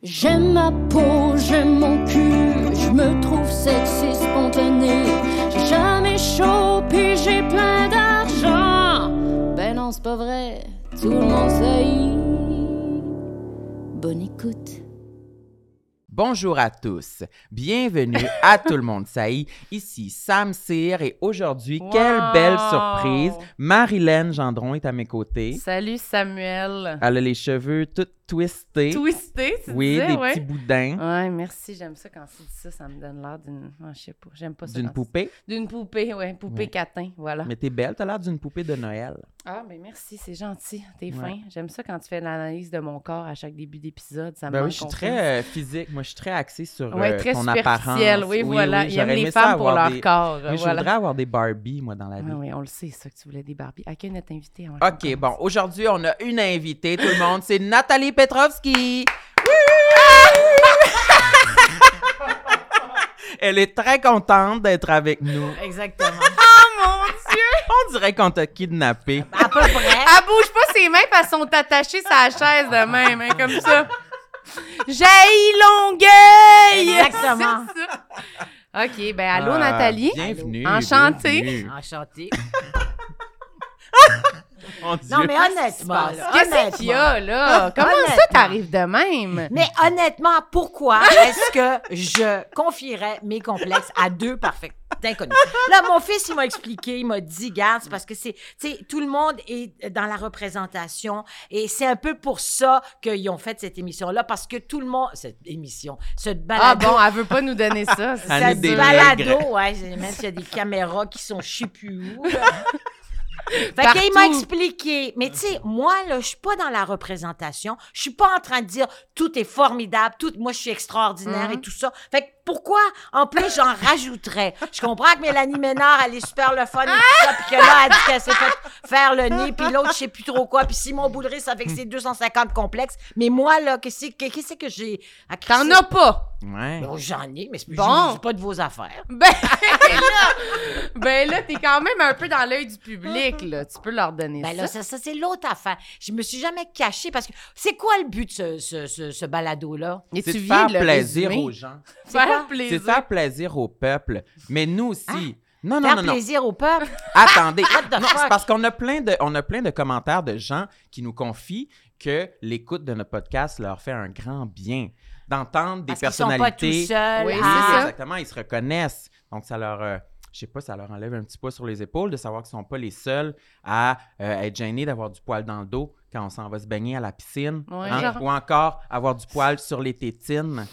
J'aime ma peau, j'aime mon cul, je me trouve sexy spontané. J'ai jamais chaud, puis j'ai plein d'argent. Ben non, c'est pas vrai, tout le monde sait. Bonne écoute. Bonjour à tous, bienvenue à Tout le monde saillit, ici Sam Cyr et aujourd'hui, quelle belle surprise, Marilyn Gendron est à mes côtés. Salut Samuel. Elle a les cheveux tout twistés. Twisté, tu Oui, disais, des ouais. petits boudins. Ouais, merci, j'aime ça quand tu dis ça, ça me donne l'air d'une... Oh, je sais pas, j'aime pas ça. D'une poupée. D'une poupée, ouais, poupée Ouais. catin, voilà. Mais t'es belle, t'as l'air d'une poupée de Noël. Ah, ben merci, c'est gentil, t'es Ouais. fin. J'aime ça quand tu fais l'analyse de mon corps à chaque début d'épisode, ça me Ben manque oui, je suis confiance. très physique, moi je suis très axée sur Ouais, très ton apparence. superficielle, oui, voilà. Il aime j'aurais les aimé ça femmes pour avoir leur des- corps, Oui, je voilà. voudrais avoir des Barbie, moi, dans la vie. Oui, on le sait, ça, que tu voulais des Barbies. À qui est notre invité? OK, bon, aujourd'hui, on a une invitée, tout le monde, c'est Nathalie Petrovski. Elle est très contente d'être avec nous. Exactement. Oh mon Dieu! On dirait qu'on t'a kidnappé. À peu près. Elle bouge pas ses mains parce qu'elles sont attachées sur la chaise de même, hein, comme ça. Jaillit Longueuil! Exactement. C'est ça. OK, ben allô Ah, Nathalie. Bienvenue. Enchantée. bienvenue. Enchanté. Mon Dieu. Non, mais honnêtement, là, Qu'est-ce qu'il y a, là? Comment ça Honnêtement. t'arrives de même? Mais honnêtement, pourquoi est-ce que je confierais mes complexes à deux parfaits inconnus? Là, mon fils, il m'a expliqué, il m'a dit, garde, c'est parce que c'est, tu sais, tout le monde est dans la représentation et c'est un peu pour ça qu'ils ont fait cette émission-là, parce que tout le monde, cette émission, ce Ah balado, bon, elle veut pas nous donner ça. c'est Elle ça. nous cette délègre. balado, ouais, même s'il y a des caméras qui sont je sais plus où, là. Fait Partout. qu'il m'a expliqué. Mais tu sais, moi, là, je suis pas dans la représentation. Je suis pas en train de dire tout est formidable, moi, je suis extraordinaire et tout ça. Fait que pourquoi, en plus, j'en rajouterais? Je comprends que Mélanie Ménard, elle est super le fun et tout ça, puis que là, elle dit qu'elle s'est fait faire le nez, puis l'autre, je sais plus trop quoi, puis Simon Boulris avec ses 250 complexes. Mais moi, là, qu'est-ce que j'ai à crisser? T'en as pas. Ouais. Bon, j'en ai, mais Bon. c'est pas de vos affaires. Ben là, t'es quand même un peu dans l'œil du public, là. Tu peux leur donner Ben là, ça. ça c'est l'autre affaire. Je me suis jamais cachée parce que c'est quoi le but de ce balado-là? Et C'est tu de viens faire de le plaisir résumer. aux gens. Faire quoi? C'est plaisir. de faire plaisir au peuple. Mais nous aussi. Non, non, Faire non, non. plaisir au peuple? Attendez. the Non, fuck? c'est parce qu'on a plein de commentaires de gens qui nous confient que l'écoute de notre podcast leur fait un grand bien. D'entendre des Parce qu'ils sont pas personnalités. tout seuls. Oui, Oui, c'est ça. exactement. Ils se reconnaissent. Donc, ça leur, je sais pas, ça leur enlève un petit poids sur les épaules de savoir qu'ils sont pas les seuls à être gênés d'avoir du poil dans le dos quand on s'en va se baigner à la piscine. Ouais, hein, genre. ou encore avoir du poil sur les tétines.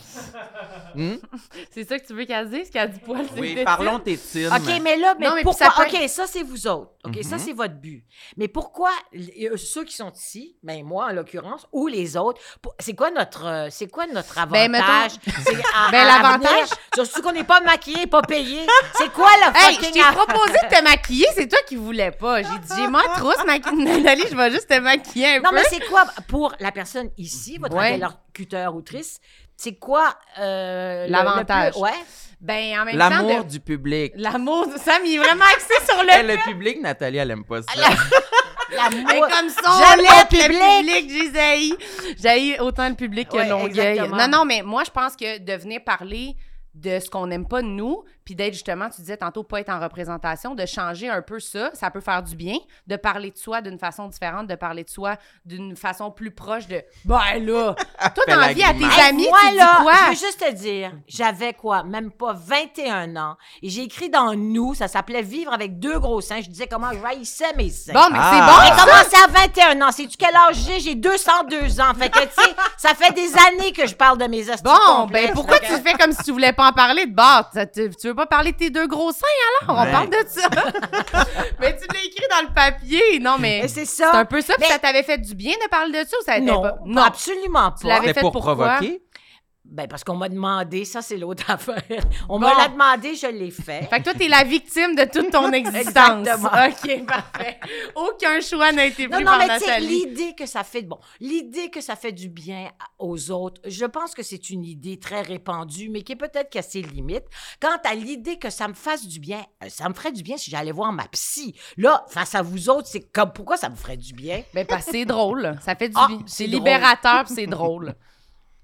C'est ça que tu veux qu'elle dise, qu'elle a du poil sur les Oui, tétines? parlons tétines. OK, mais là, Non, mais pourquoi? puis ça peut OK, ça, c'est vous autres. OK, ça, c'est votre but. Mais pourquoi ceux qui sont ici, ben moi, en l'occurrence, ou les autres, c'est quoi notre avantage? Ben, mettons- C'est Ben, l'avantage- venir, surtout qu'on n'est pas maquillé, pas payé. C'est quoi le Hey, je fucking t'ai proposé de te maquiller, c'est toi qui voulais pas. J'ai dit, j'ai ma trousse, Nathalie, je vais juste te maquiller un Non, peu. mais c'est quoi, pour la personne ici, votre Ouais. interlocuteur-autrice, c'est quoi L'avantage. Ouais. Ben, en même temps, L'amour du public. L'amour de Sam, il est vraiment axé sur Eh, le... le public, Nathalie, elle aime pas ça. L'amour. Mais comme ça, J'aime là, le public. j'ai zaï. J'ai autant le public que Ouais, Longueuil. exactement. Non, mais moi, je pense que de venir parler de ce qu'on n'aime pas de nous, puis d'être justement, tu disais tantôt, pas être en représentation, de changer un peu ça peut faire du bien, de parler de soi d'une façon différente, de parler de soi d'une façon plus proche de « Ben là, toi, Fais t'as la envie à tes grimace. amis, moi, tu là, dis quoi? je veux juste te dire, j'avais quoi, même pas 21 ans, et j'ai écrit dans Nous, ça s'appelait Vivre avec deux gros seins. Je disais comment je haïssais mes seins. Bon, mais Ah. c'est J'ai bon, ça! commencé à 21 ans. Sais-tu quel âge j'ai? J'ai 202 ans. Fait que, tu sais, ça fait des années que je parle de mes astuces. Bon, ben pourquoi tu fais comme si tu voulais pas en parler de bord? Tu veux pas parler de tes deux gros seins, alors? Ouais. On parle de ça. Mais tu l'as écrit dans le papier. Non, mais C'est ça. c'est un peu ça. Puis Mais- ça t'avait fait du bien de parler de ça ou ça t'avait Non, pas? absolument Tu l'avais pas. C'était fait pour pourquoi? provoquer. Ben, parce qu'on m'a demandé, ça, c'est l'autre affaire. On Bon. me l'a demandé, je l'ai fait. Fait que toi, t'es la victime de toute ton existence. Exactement. OK, parfait. Aucun choix n'a été Non, pris non, par mais tu sais, Nathalie. l'idée que ça fait, l'idée que ça fait du bien aux autres, je pense que c'est une idée très répandue, mais qui est peut-être qu'à ses limites. Quant à l'idée que ça me fasse du bien, ça me ferait du bien si j'allais voir ma psy. Là, face à vous autres, c'est comme, pourquoi ça me ferait du bien? Ben, parce que c'est drôle. Ça fait du Ah, bien. c'est C'est drôle. libérateur puis c'est drôle.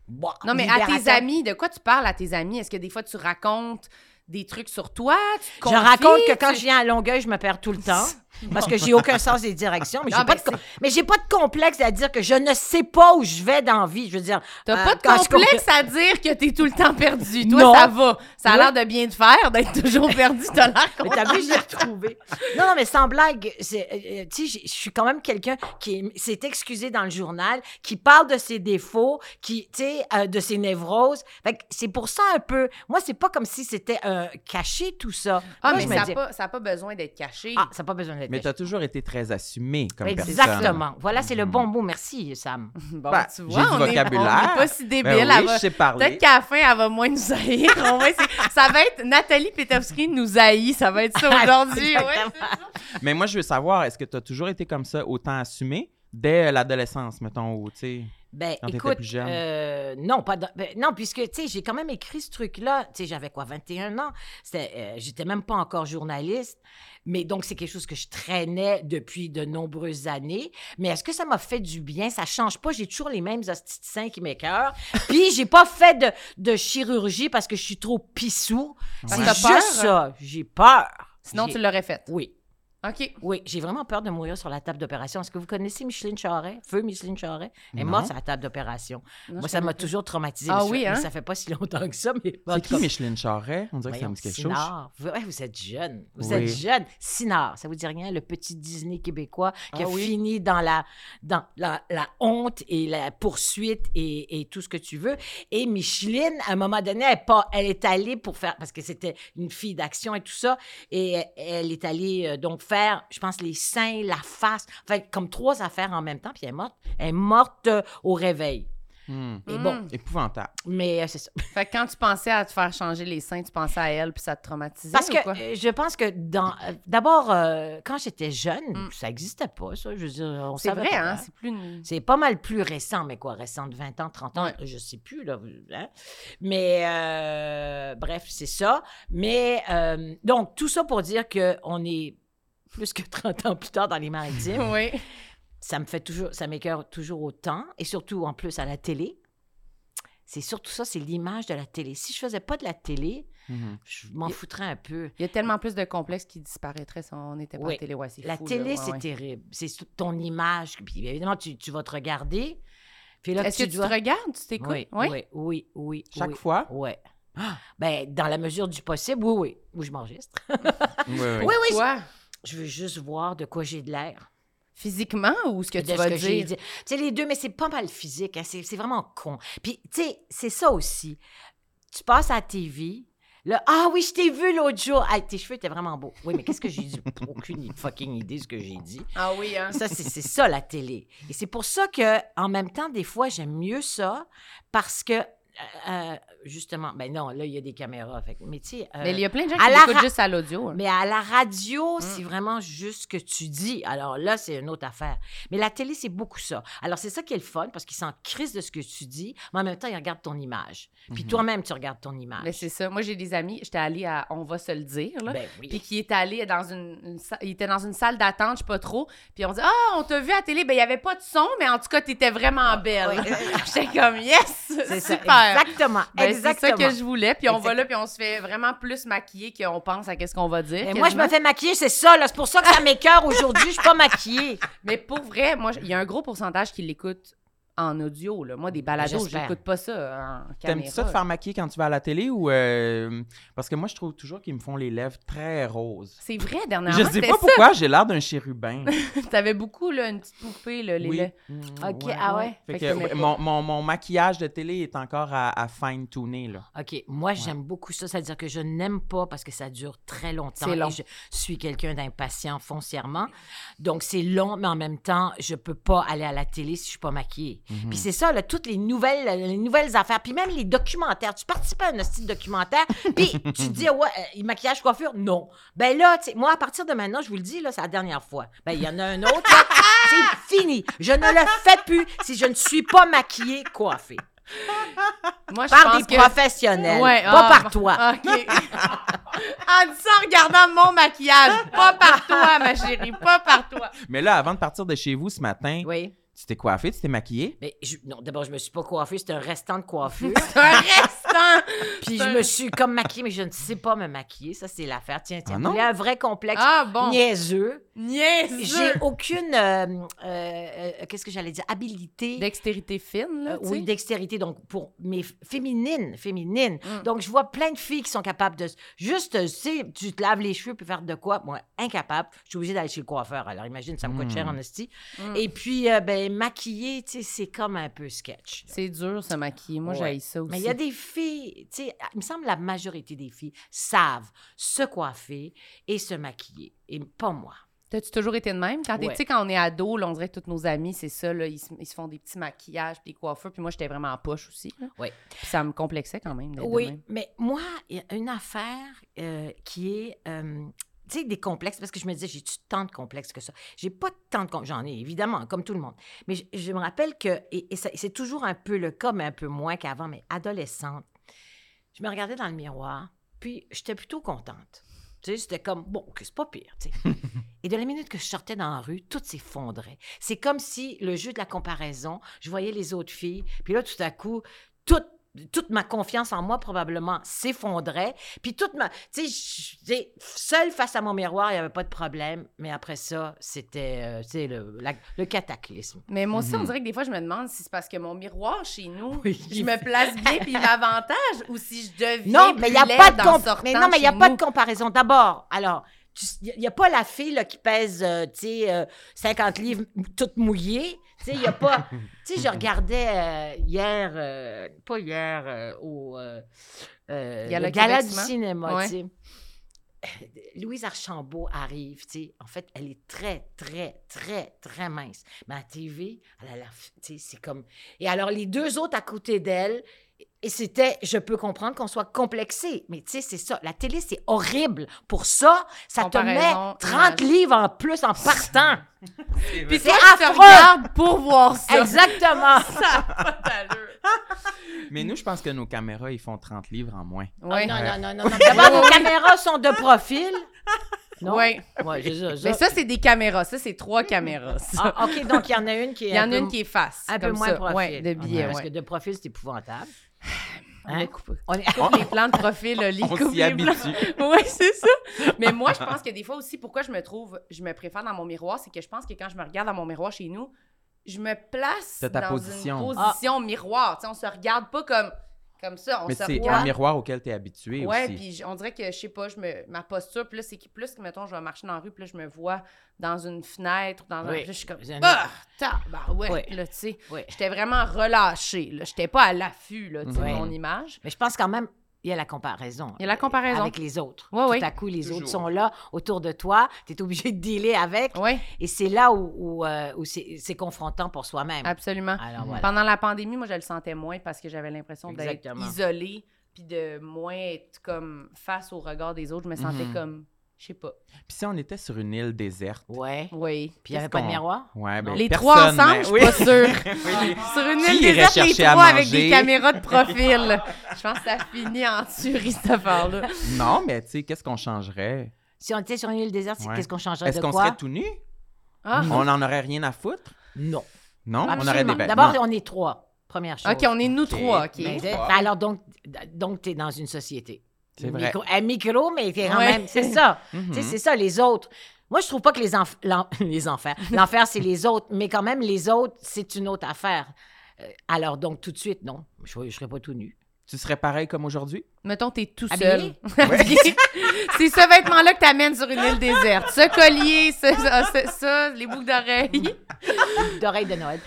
Bon, Non, mais à tes libérateur. amis, de quoi tu parles à tes amis? Est-ce que des fois, tu racontes des trucs sur toi? Tu te Je confies, raconte que quand tu- je viens à Longueuil, je me perds tout le temps. Parce que j'ai aucun sens des directions. Mais Non, j'ai pas de complexe à dire que je ne sais pas où je vais dans la vie. Je veux dire. T'as pas de quand je complexe à dire que t'es tout le temps perdu. Toi, Non. ça va. Ça a Oui. l'air de bien te faire, d'être toujours perdu. T'as l'air Mais content. t'as vu, j'ai retrouvé. Non, mais sans blague, tu sais, je suis quand même quelqu'un qui s'est excusé dans le journal, qui parle de ses défauts, qui, tu sais, de ses névroses. Fait que c'est pour ça un peu. Moi, c'est pas comme si c'était caché tout ça. Ah, Moi, mais je me ça dis, n'a pas besoin d'être caché. ah, ça n'a pas besoin d'être Mais caché. tu as toujours été très assumée comme personne. Exactement. Voilà, c'est le bon mot. Merci, Sam. Bon, Ben, tu j'ai vois, du on est vocabulaire. pas si débile. Ben oui, elle va- je sais parler. Peut-être qu'à la fin, elle va moins nous haïr. Ça va être Nathalie Petowski nous haït. Ça va être ça aujourd'hui. Ouais, Exactement. c'est ça. Mais moi, je veux savoir, est-ce que tu as toujours été comme ça, autant assumée, dès l'adolescence, mettons, ou, tu sais... Ben, Quand t'étais écoute, plus jeune. non, non, puisque, tu sais, j'ai quand même écrit ce truc-là. Tu sais, j'avais quoi, 21 ans? J'étais même pas encore journaliste. Mais donc, c'est quelque chose que je traînais depuis de nombreuses années. Mais est-ce que ça m'a fait du bien? Ça change pas. J'ai toujours les mêmes hosties de seins qui m'écœurent. Puis, j'ai pas fait de chirurgie parce que je suis trop pissou. Parce C'est que t'as juste peur? ça. J'ai peur. Sinon, J'ai- tu l'aurais fait. Oui. OK. Oui, j'ai vraiment peur de mourir sur la table d'opération. Est-ce que vous connaissez Micheline Charest? Feu Micheline Charest? Elle est Non. morte sur la table d'opération. Non, Moi, je ça m'a connais pas. toujours traumatisée. Ah mais oui, mais hein? ça fait pas si longtemps que ça, mais... en C'est tout qui cas, Micheline Charest? On dirait que ça voyons, me dit quelque chose. Sinard. Ouais, vous êtes jeune. Vous Oui. êtes jeune. Sinard, ça vous dit rien? Le petit Disney québécois qui Ah a oui? fini dans la honte et la poursuite et tout ce que tu veux. Et Micheline, à un moment donné, elle est allée pour faire... Parce que c'était une fille d'action et tout ça. Et elle est allée donc faire, je pense, les seins, la face. Fait comme 3 affaires en même temps. Puis elle est morte. Elle est morte au réveil. Et bon, Épouvantable. mais c'est ça. Fait que quand tu pensais à te faire changer les seins, tu pensais à elle puis ça te traumatisait Parce ou que quoi? je pense que d'abord, quand j'étais jeune, ça n'existait pas, ça. Je veux dire, on C'est savait vrai, pas, hein? C'est plus... C'est pas mal plus récent, mais quoi, récent de 20 ans, 30 ans, Ouais. je sais plus, là. Hein? Mais, bref, c'est ça. Mais, donc, tout ça pour dire qu'on est plus que 30 ans plus tard dans les maritimes. Oui. Ça m'écoeure toujours autant, et surtout, en plus, à la télé. C'est surtout ça, c'est l'image de la télé. Si je faisais pas de la télé, je m'en foutrais un peu. Il y a tellement plus de complexes qui disparaîtraient si on n'était pas Oui. à la télé. Ouais, c'est La fou, télé, là. Ouais, c'est ouais. terrible. C'est ton image. Puis évidemment, tu vas te regarder. Puis là, Est-ce que tu te regardes? Tu t'écoutes? Oui. Chaque fois? Oui. Ben, dans la mesure du possible, oui. Où je m'enregistre. Oui. Oui. Quoi? Je veux juste voir de quoi j'ai de l'air. Physiquement ou ce que de tu vas j'ai dire? dit. Tu sais, les deux, mais c'est pas mal physique. Hein, c'est vraiment con. Puis, tu sais, c'est ça aussi. Tu passes à la TV. Là, ah oui, je t'ai vu l'autre jour. Ah, tes cheveux étaient vraiment beaux. Oui, mais qu'est-ce que j'ai dit? Aucune fucking idée de ce que j'ai dit. Ah oui, hein? Ça, c'est ça, la télé. Et c'est pour ça que, en même temps, des fois, j'aime mieux ça parce que, justement, ben non, là, il y a des caméras. Mais tu sais... Mais il y a plein de gens à qui la l'écoutent ra- juste à l'audio. hein. mais à la radio, c'est vraiment juste ce que tu dis. Alors là, c'est une autre affaire. Mais la télé, c'est beaucoup ça. Alors, c'est ça qui est le fun, parce qu'ils s'en crissent de ce que tu dis, mais en même temps, ils regardent ton image. Puis toi-même, tu regardes ton image. Mais c'est ça. Moi, j'ai des amis, j'étais allée à On va se le dire, là. Ben oui. Puis qui est allé dans il était dans une salle d'attente, je sais pas trop. Puis on dit on t'a vu à la télé, ben il y avait pas de son, mais en tout cas, t'étais vraiment belle. J'étais comme yes, C'est ça, super. exactement. Ben, exactement. c'est ça que je voulais. Puis on va Exact. là, puis on se fait vraiment plus maquiller qu'on pense à qu'est-ce qu'on va dire. Mais moi, je me quasiment. fais maquiller, c'est ça, là. C'est pour ça que ça m'écoeure aujourd'hui. Je suis pas maquillée. Mais pour vrai, moi, il y a un gros pourcentage qui l'écoute en audio. Là. Moi, des balados, J'espère. j'écoute pas ça en caméra. T'aimes-tu ça te faire maquiller quand tu vas à la télé ou... Parce que moi, je trouve toujours qu'ils me font les lèvres très roses. C'est vrai, dernièrement, Je sais c'était pas pourquoi j'ai l'air d'un chérubin. ça. T'avais beaucoup, là, une petite poupée, là, les Oui. lèvres. OK, ah ouais? Fait Fait que que t'aimais pas. mon maquillage de télé est encore à fine-tuner, là. OK. Moi, j'aime beaucoup ça. C'est-à-dire que je n'aime pas parce que ça dure très longtemps. C'est long. Et je suis quelqu'un d'impatient foncièrement. Donc, c'est long, mais en même temps, je peux pas aller à la télé si je suis pas maquillée. Puis c'est ça, là, toutes les nouvelles affaires. Puis même les documentaires. Tu participes à un style documentaire, puis tu te dis, ouais, maquillage, coiffure, non. Ben là, tu sais, moi, à partir de maintenant, je vous le dis, là, c'est la dernière fois. Ben, il y en a un autre, là, c'est fini. Je ne le fais plus si je ne suis pas maquillée, coiffée. Moi, je Par pense des que... professionnels, Ouais, pas par toi. OK. En dit ça en regardant mon maquillage. Pas par toi, ma chérie. Pas par toi. Mais là, avant de partir de chez vous ce matin, Oui. Tu t'es coiffée, tu t'es maquillée? Mais non, d'abord, je me suis pas coiffée, c'était un restant de coiffure. C'est un restant! Puis je me suis comme maquillée, mais je ne sais pas me maquiller. Ça, c'est l'affaire. Tiens. Ah non? Il y a un vrai complexe Ah bon! niaiseux. Niaiseux! J'ai aucune, qu'est-ce que j'allais dire, habilité. Dextérité fine, là, tu sais. Oui, dextérité, donc pour mes féminines. Donc, je vois plein de filles qui sont capables de... Juste, tu sais, tu te laves les cheveux puis faire de quoi? Moi, incapable. Je suis obligée d'aller chez le coiffeur. Alors, imagine, ça me coûte cher en esti. Et puis, maquiller, tu sais, c'est comme un peu sketch. C'est dur, se maquiller. Moi, Ouais. j'haïs ça aussi. Mais il y a des filles, tu sais, il me semble que la majorité des filles savent se coiffer et se maquiller. Et pas moi. T'as-tu toujours été de même? Quand, Ouais. tu sais, quand on est ado, là, on dirait que tous nos amis, c'est ça, là, ils se font des petits maquillages, puis des coiffures, puis moi, j'étais vraiment en poche aussi. Là. Oui. Puis ça me complexait quand même d'être de Oui, même. mais moi, il y a une affaire qui est, tu sais, des complexes, parce que je me disais, j'ai-tu tant de complexes que ça? J'ai pas tant de complexes, j'en ai évidemment, comme tout le monde. Mais je me rappelle que, et c'est toujours un peu le cas, mais un peu moins qu'avant, mais adolescente, je me regardais dans le miroir, puis j'étais plutôt contente. Tu sais, c'était comme, bon, que c'est pas pire, tu sais. Et de la minute que je sortais dans la rue, tout s'effondrait. C'est comme si le jeu de la comparaison, je voyais les autres filles, puis là, tout à coup, toute ma confiance en moi, probablement, s'effondrait. Puis toute ma... Tu sais, seule face à mon miroir, il n'y avait pas de problème. Mais après ça, c'était, tu sais, le cataclysme. Mais moi aussi, on dirait que des fois, je me demande si c'est parce que mon miroir chez nous, Oui. je me place bien puis il m'avantage ou si je deviens Non, mais il n'y a pas de mais non, mais il y a pas de comparaison. D'abord, alors, il n'y a pas la fille là, qui pèse, tu sais, 50 livres toute mouillée. Tu sais, il n'y a pas... Tu sais, je regardais hier, pas hier, au le gala du cinéma, Ouais. tu sais. Louise Archambault arrive, tu sais. En fait, elle est très, très, très, très mince. Mais à la TV, elle a l'air... Tu sais, c'est comme... Et alors, les deux autres à côté d'elle... Et c'était, je peux comprendre qu'on soit complexé, mais tu sais, c'est ça. La télé, c'est horrible. Pour ça, ça te met Comparaison, 30 livres en plus en partant. Puis C'est toi, tu te affreux! regardes pour voir ça. Exactement. Ça a pas d'allure. Mais nous, je pense que nos caméras, ils font 30 livres en moins. Ouais. Non. D'abord, vos caméras sont de profil. Non? Ouais. Ouais, c'est ça. Mais ça, c'est des caméras. Ça, c'est 3 caméras. ça. Ah, OK, donc il y en a une qui est Il y en a une qui est face. un peu comme moins ça. profil. Ouais, de billets, Parce ouais. que de profil, c'est épouvantable. On a Hein? coupé. On est... Les plans de profil, Oli, On coupe s'y les plans. habitue. Oui, c'est ça. Mais moi, je pense que des fois aussi, pourquoi je me préfère dans mon miroir, c'est que je pense que quand je me regarde dans mon miroir chez nous, je me place T'as ta dans position. une position miroir. Tu sais, on se regarde pas comme ça, on Mais se c'est un regarde. miroir auquel tu es habitué Ouais, aussi. puis on dirait que, je sais pas, ma posture, puis là, c'est que plus que, mettons, je vais marcher dans la rue, puis là, je me vois dans une fenêtre, dans un... Oui. Puis là, je suis comme, C'est un ouais, Ouais. là, tu sais. Ouais. J'étais vraiment relâchée, là. J'étais pas à l'affût, là, tu sais, de Ouais. mon image. Mais je pense quand même, il y a la comparaison. Il y a la comparaison. Avec les autres. Ouais, ouais. Tout à coup, les Toujours. autres sont là, autour de toi. Tu es obligé de dealer avec. Oui, Et c'est là où c'est confrontant pour soi-même. absolument. Alors, voilà. Pendant la pandémie, moi, je le sentais moins parce que j'avais l'impression d'être Exactement. isolée puis de moins être comme face au regard des autres. Je me sentais Mhm. comme, je sais pas. Puis si on était sur une île déserte. Ouais. Oui. Puis il n'y avait Qu'est-ce pas de qu'on- miroir? Ouais, ben, Les personne, trois ensemble, mais- je suis oui. pas sûre. Oui. Sur une Qui île irait déserte, les chercher à trois avec des manger? caméras de profil. Je pense que ça finit en tuerie, cette affaire-là. Non, mais tu sais, qu'est-ce qu'on changerait? Si on était sur une île déserte, Ouais. qu'est-ce qu'on changerait Est-ce de qu'on quoi? serait tout nus? Ah. On n'en aurait rien à foutre? Non. Non? On aurait Absolument. des D'abord, vêtements. on est trois. Première chose. OK, on est nous trois, OK. Mais, Trois. alors, donc tu es dans une société. C'est vrai. Un micro, mais t'es quand Ouais. même... C'est ça. Mhm. Tu sais, c'est ça, les autres. Moi, je trouve pas que les enfers... L'enfer, c'est les autres. Mais quand même, les autres, c'est une autre affaire. Alors, donc, tout de suite, non. Je serais pas tout nu. Tu serais pareil comme aujourd'hui? Mettons, t'es tout Habillé? seul. C'est ce vêtement-là que t'amènes sur une île déserte. Ce collier, ça, les boucles d'oreilles. D'oreilles de Noël.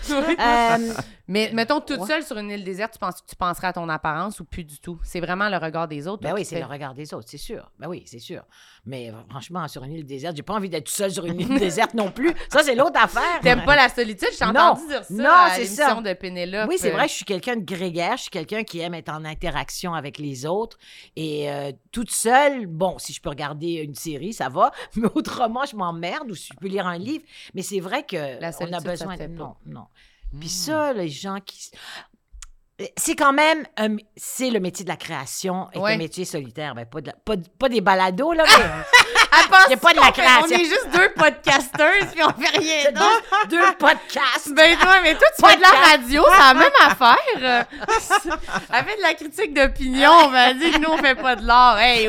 Mais mettons, toute Ouais. seule sur une île déserte, tu penserais à ton apparence ou plus du tout? C'est vraiment le regard des autres? Ben toi, oui, qui c'est fait- le regard des autres, c'est sûr. Ben oui, c'est sûr. Mais franchement, sur une île déserte, j'ai pas envie d'être seule sur une île déserte non plus. Ça, c'est l'autre affaire. T'aimes pas la solitude? J'ai Non. entendu dire ça Non, à c'est l'émission ça. de Pénélope. Oui, c'est vrai, je suis quelqu'un de grégaire, je suis quelqu'un qui aime être en interaction avec les autres. Et toute seule, bon, si je peux regarder une série, ça va. Mais autrement, je m'emmerde ou si je peux lire un livre. Mais c'est vrai que La on a solitude, ça besoin te fait de... pas. Non, non. Puis ça, les gens qui... C'est quand même... c'est le métier de la création et Ouais. un métier solitaire. Ben, pas des balados, là, mais... Elle pense Il y a pas de la création. On est juste deux podcasteuses puis on fait rien d'autre. Deux podcasts. Ben mais toi, tu fais de la radio, c'est la même affaire. Elle fait de la critique d'opinion, on m'a dit que nous, on fait pas de l'art. Hey,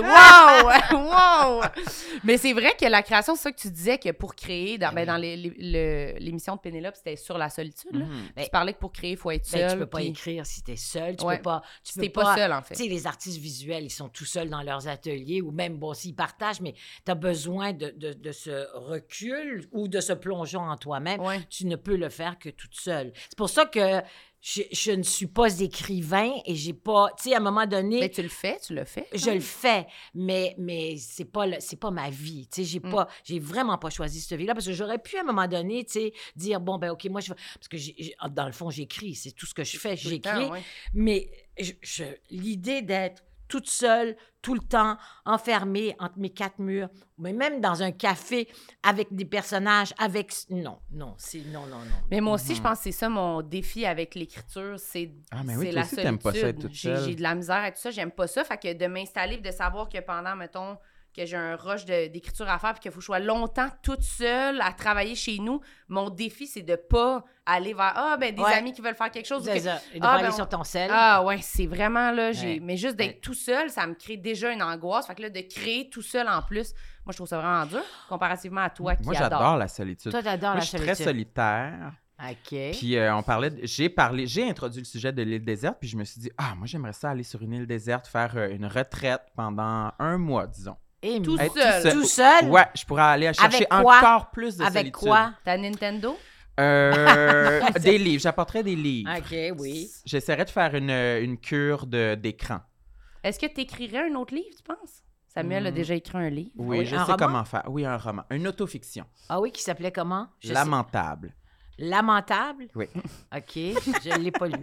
wow! Mais c'est vrai que la création, c'est ça que tu disais, que pour créer, dans l'émission de Pénélope, c'était sur la solitude. Là. Tu parlais que pour créer, il faut être seul. Tu peux pas écrire si t'es seul. Tu peux pas... Tu peux pas seul, en fait. Tu sais, les artistes visuels, ils sont tout seuls dans leurs ateliers ou même, bon, s'ils partagent, mais tu as besoin de ce recul ou de ce plongeon en toi-même. Ouais. Tu ne peux le faire que toute seule. C'est pour ça que je ne suis pas écrivain et j'ai pas... Tu sais, à un moment donné... Mais tu le fais. Je le fais, mais c'est pas ma vie. Tu sais, j'ai vraiment pas choisi cette vie-là parce que j'aurais pu, à un moment donné, tu sais, dire, bon, ben OK, moi, je vais... Parce que, dans le fond, j'écris. C'est tout ce que je fais. J'écris. Ouais. Mais l'idée d'être toute seule, tout le temps, enfermée entre mes quatre murs, mais même dans un café avec des personnages, avec... Non. Mais moi aussi, je pense que c'est ça mon défi avec l'écriture, c'est oui, la aussi, solitude. t'aimes pas ça être toute seule. J'ai de la misère et tout ça, j'aime pas ça. Fait que de m'installer, de savoir que pendant, mettons, que j'ai un rush d'écriture à faire puis qu'il faut que je sois longtemps toute seule à travailler chez nous, mon défi, c'est de pas aller vers des amis qui veulent faire quelque chose. Et de pas aller sur ton sel. Ah ouais, c'est vraiment là, mais juste d'être tout seul, ça me crée déjà une angoisse. Fait que là, de créer tout seul en plus, moi, je trouve ça vraiment dur, comparativement à toi qui Moi, j'adore la solitude. Toi, t'adores la solitude. Je suis très solitaire. OK. Puis j'ai introduit le sujet de l'île déserte, puis je me suis dit, moi, j'aimerais ça aller sur une île déserte, faire une retraite pendant 1 mois, disons. Tout Tout seul? Ouais, je pourrais aller chercher encore plus de solitude. Avec quoi? Ta Nintendo? Des livres. J'apporterais des livres. OK, oui. J'essaierais de faire une cure d'écran. Est-ce que tu écrirais un autre livre, tu penses? Samuel a déjà écrit un livre. Oui, je sais comment faire. Oui, un roman. Une autofiction. Ah oui, qui s'appelait comment? Lamentable. Lamentable? Oui. OK, je ne l'ai pas lu.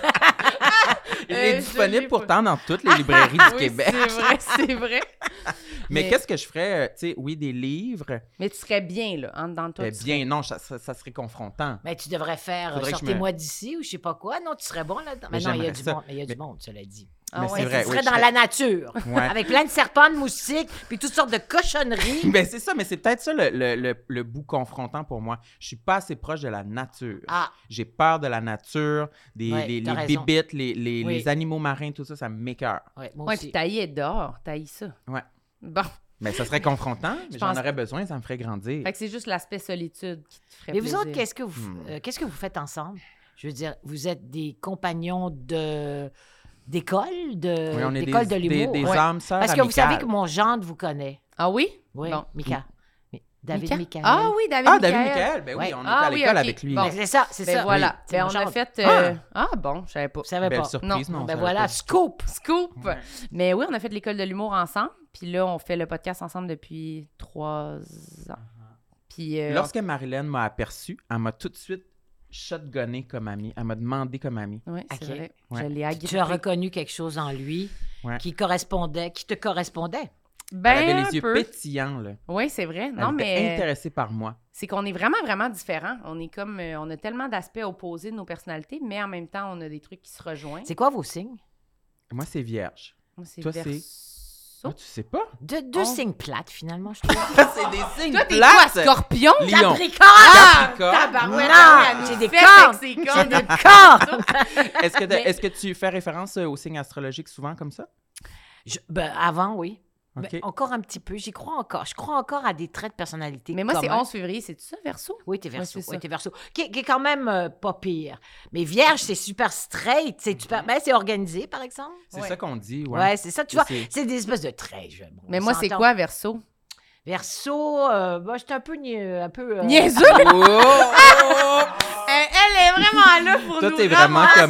Il est disponible pourtant dans toutes les librairies du Québec. C'est vrai. Mais qu'est-ce que je ferais? Tu sais, oui, des livres. Mais tu serais bien, là, en dedans de toi. Non, ça serait confrontant. Mais tu devrais faire Sortez-moi d'ici ou je sais pas quoi. Non, tu serais bon là-dedans. Mais non, il y a du monde. Mais il y a du monde, cela dit. Mais c'est vrai. Tu serais dans la nature, avec plein de serpents, de moustiques, puis toutes sortes de cochonneries. Ben c'est ça, mais c'est peut-être ça le bout confrontant pour moi. Je suis pas assez proche de la nature. J'ai peur de la nature, les bibites, les animaux marins, tout ça, ça m'écoeure. Ouais, puis tailler est dehors, tailler ça. Ouais. Bon. Mais ça serait confrontant, mais j'en aurais besoin, ça me ferait grandir. Fait que c'est juste l'aspect solitude qui te ferait Mais plaisir. vous autres, qu'est-ce que vous faites ensemble? Je veux dire, vous êtes des compagnons d'école, d'école de l'humour. Des âmes sœurs Parce que vous savez que mon gendre vous connaît. Ah oui? Oui, bon. Mika. David Michael. Ah oui, David Michael. David Michael. Ben oui, on était à l'école avec lui. Bon. C'est ça. Voilà. Oui, ben, on a fait... bon, je savais pas. Je savais pas. Surprise, non. Ben voilà, scoop! Ouais. Mais oui, on a fait l'école de l'humour ensemble. Puis là, on fait le podcast ensemble depuis 3 ans. Puis... Lorsque Marilyn m'a aperçu, elle m'a tout de suite shotgunné comme amie. Elle m'a demandé comme amie. Oui, c'est vrai. Ouais. Je l'ai agrippé. Tu as reconnu quelque chose en lui qui te correspondait. Ben, elle avait les yeux pétillants, là. Oui, c'est vrai. Elle était intéressée par moi. C'est qu'on est vraiment, vraiment différents. On est comme... on a tellement d'aspects opposés de nos personnalités, mais en même temps, on a des trucs qui se rejoignent. C'est quoi vos signes? Moi, c'est vierge. Moi, c'est Toi, Verseau. Ah, tu sais pas? Deux signes plates, finalement, je trouve. C'est des signes Toi, t'es plates! quoi, Scorpion? Lion. Capricorne! Capricorne. Non, j'ai des cornes! J'ai des cornes! Est-ce que tu fais référence aux signes astrologiques souvent comme ça? Avant, oui. Okay. Ben, encore un petit peu. J'y crois encore. Je crois encore à des traits de personnalité. Mais moi, c'est 11 février. C'est-tu ça, Verseau? Oui, t'es Verseau. Ouais, t'es Verseau. Qui est quand même pas pire. Mais Vierge, c'est super straight. C'est super... Ben, c'est organisé, par exemple. C'est ça qu'on dit, ouais. Ouais, c'est ça. Tu vois, c'est des espèces de traits. Bon, mais moi, c'est quoi, Verseau? Verseau, j'étais un peu niaiseux! Elle est vraiment là pour nous. Toi, t'es vraiment comme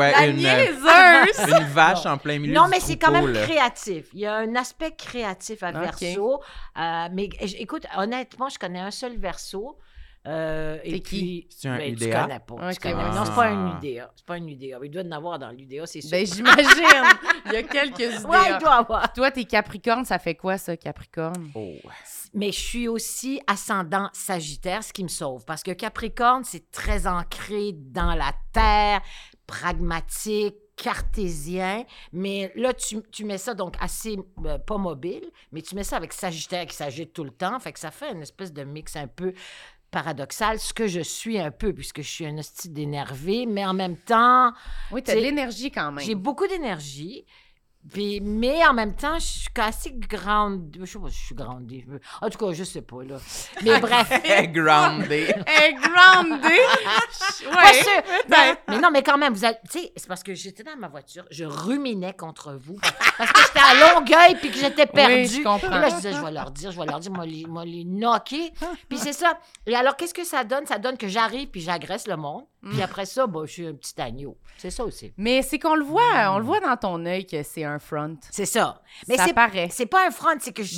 une vache en plein milieu Non, du mais c'est quand même là. créatif. Il y a un aspect créatif à Verseau. Mais écoute, honnêtement, je connais un seul Verseau. C'est qui? C'est un UDA? Tu connais pas. Okay, non, c'est pas un UDA. C'est pas un UDA. Il doit y en avoir dans l'UDA, c'est sûr. Ben, j'imagine. Il y a quelques UDA. Ouais, il doit avoir. Toi, t'es Capricorne, ça fait quoi, ça, Capricorne? Oh. Mais je suis aussi ascendant Sagittaire, ce qui me sauve. Parce que Capricorne, c'est très ancré dans la terre, pragmatique, cartésien, mais là, tu mets ça donc assez pas mobile, mais tu mets ça avec Sagittaire qui s'agite tout le temps, fait que ça fait une espèce de mix un peu paradoxal, ce que je suis un peu, puisque je suis un hostie d'énervé, mais en même temps... Oui, t'as de l'énergie quand même. J'ai beaucoup d'énergie. Puis, mais en même temps, je suis assez grande. Je sais pas si je suis grandée. En tout cas, je sais pas, là. Mais bref. Groundé. Groundé. Pas sûr. Mais non, mais quand même, vous êtes. Tu sais, c'est parce que j'étais dans ma voiture, je ruminais contre vous. Parce que j'étais à Longueuil puis que j'étais perdue. Oui, je comprends. Puis là, je disais, je vais leur dire, moi, les knocker. Puis c'est ça. Et alors, qu'est-ce que ça donne? Ça donne que j'arrive puis j'agresse le monde. Puis après ça, je suis un petit agneau. C'est ça aussi. Mais c'est qu'on le voit dans ton œil que c'est un front. C'est ça. Mais ça paraît. C'est pas un front, c'est que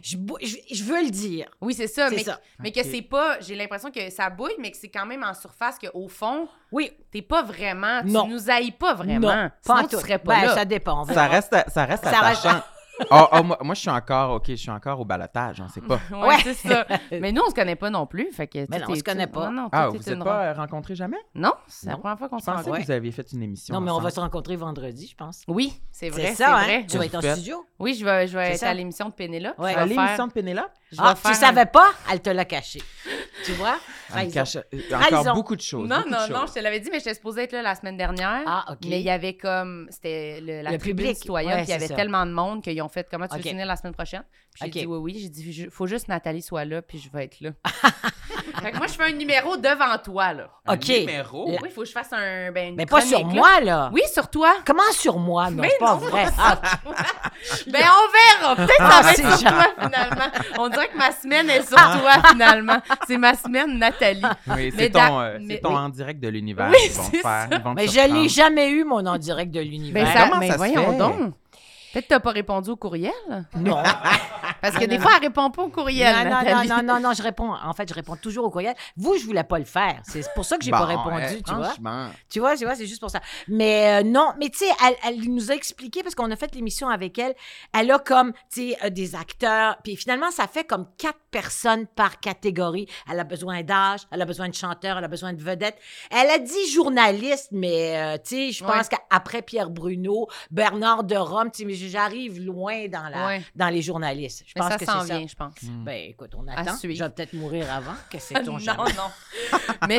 je veux le dire. Oui, c'est ça. Mais Ok. que c'est pas... J'ai l'impression que ça bouille, mais que c'est quand même en surface qu'au fond, Oui. t'es pas vraiment... Non. Tu nous haïs pas vraiment. Non, Sinon, pas tu tout. serais pas là. Ça dépend. on Ça verra. reste attachant. Moi, je suis encore au balotage, on sait pas. Ouais, c'est ça. Mais nous, on se connaît pas non plus. Fait que Mais non, on se connaît pas. Non, Ah, toi, vous t'es n'êtes une pas rencontrés jamais? Non, c'est la Non. première fois qu'on Je se pensais rencontre. que vous aviez fait une émission Non, mais on va ensemble. se rencontrer vendredi, je pense. Oui, c'est vrai, C'est ça, vrai. hein? Tu vas être en Faites. studio? Oui, je vais C'est être ça. à l'émission de Pénélope. Ouais. Je À vais l'émission faire... de Pénélope? je vais Ah, faire tu savais pas? Elle te l'a caché. Tu vois? Elle me Trahison. cache encore Trahison. beaucoup de choses. Non, beaucoup de non, choses. non, je te l'avais dit, mais j'étais supposée être là la semaine dernière. Ah, OK. Mais il y avait comme... C'était la Le tribune public. citoyenne, Ouais, puis il y avait c'est ça. tellement de monde qu'ils ont fait « Comment tu veux OK. finir la semaine prochaine? » Puis j'ai OK. dit « Oui. » J'ai dit « Faut juste Nathalie soit là, puis je vais être là. » Fait que moi, je fais un numéro devant toi, là. Un OK. numéro? Oui, il faut que je fasse une Mais pas sur chronique, là. moi, là. Oui, sur toi. Comment sur moi? Non, Mais c'est pas non, vrai. pas Ben, on verra. Peut-être ça va être c'est sur genre- toi, finalement. On dirait que ma semaine est sur toi, finalement. C'est ma semaine, Nathalie. Oui, Mais c'est ton oui. en direct de l'univers. Oui, Ils vont c'est te faire. Ils vont te Mais je surprendre. l'ai jamais eu, mon en direct de Ben, l'univers. Comment mais ça se voyons fait? donc. Peut-être que t'as pas répondu au courriel. Non. Parce que Non, des non, fois, elle répond pas au courriel, Nathalie. non, je réponds toujours au courriel. Vous, je voulais pas le faire. C'est pour ça que j'ai pas répondu, tu vois. Franchement. Tu vois, c'est juste pour ça. Mais non, mais tu sais, elle nous a expliqué, parce qu'on a fait l'émission avec elle, elle a comme, tu sais, des acteurs, puis finalement, ça fait comme 4 personnes par catégorie. Elle a besoin d'âge, elle a besoin de chanteur, elle a besoin de vedette. Elle a dit journaliste, mais tu sais, je pense qu'après Pierre Bruno, Bernard de Rome, tu sais, mais j'arrive loin dans les journalistes. Je Mais pense ça que s'en c'est ça. vient, je pense. Ben, écoute, on attend. suivre. Je vais peut-être mourir avant. Que sait-on Non, jamais? non. Mais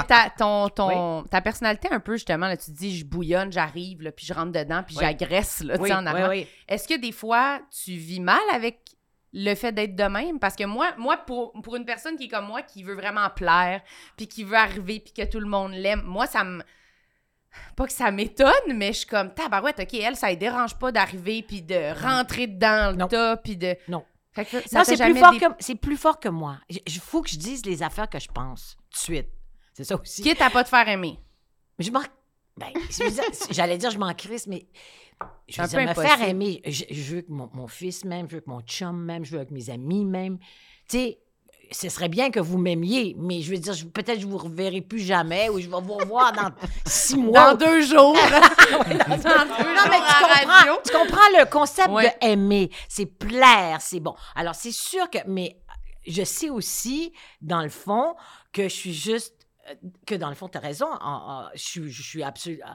ta personnalité, un peu, justement, là, tu te dis, je bouillonne, j'arrive, là, puis je rentre dedans, puis Oui. j'agresse, là, tu Oui, sais, en arrivant. oui. Est-ce que des fois, tu vis mal avec le fait d'être de même? Parce que moi pour une personne qui est comme moi, qui veut vraiment plaire, puis qui veut arriver, puis que tout le monde l'aime, moi, ça me... Pas que ça m'étonne, mais je suis comme, tabarouette, OK, elle, ça ne dérange pas d'arriver, puis de rentrer dedans Non. le tas, puis de... Non. Fait que ça Non, t'a c'est jamais plus, fort dé- c'est plus fort que moi. Il faut que je dise les affaires que je pense, tout de suite. C'est ça aussi. Quitte à pas te faire aimer. Mais je m'en... Ben, je veux dire, j'allais dire je m'en crisse, mais je veux C'est un dire, peu me faire impossible. aimer. Je veux que mon fils m'aime, je veux que mon chum m'aime, je veux que mes amis m'aiment. Tu sais, ce serait bien que vous m'aimiez, mais je veux dire, peut-être que je vous reverrai plus jamais ou je vais vous revoir dans 6 mois. Dans 2 jours. Non, mais tu comprends le concept Ouais. de aimer. C'est plaire, c'est bon. Alors, c'est sûr que... Mais je sais aussi, dans le fond, que je suis juste... Que dans le fond, tu as raison. Je suis absolument...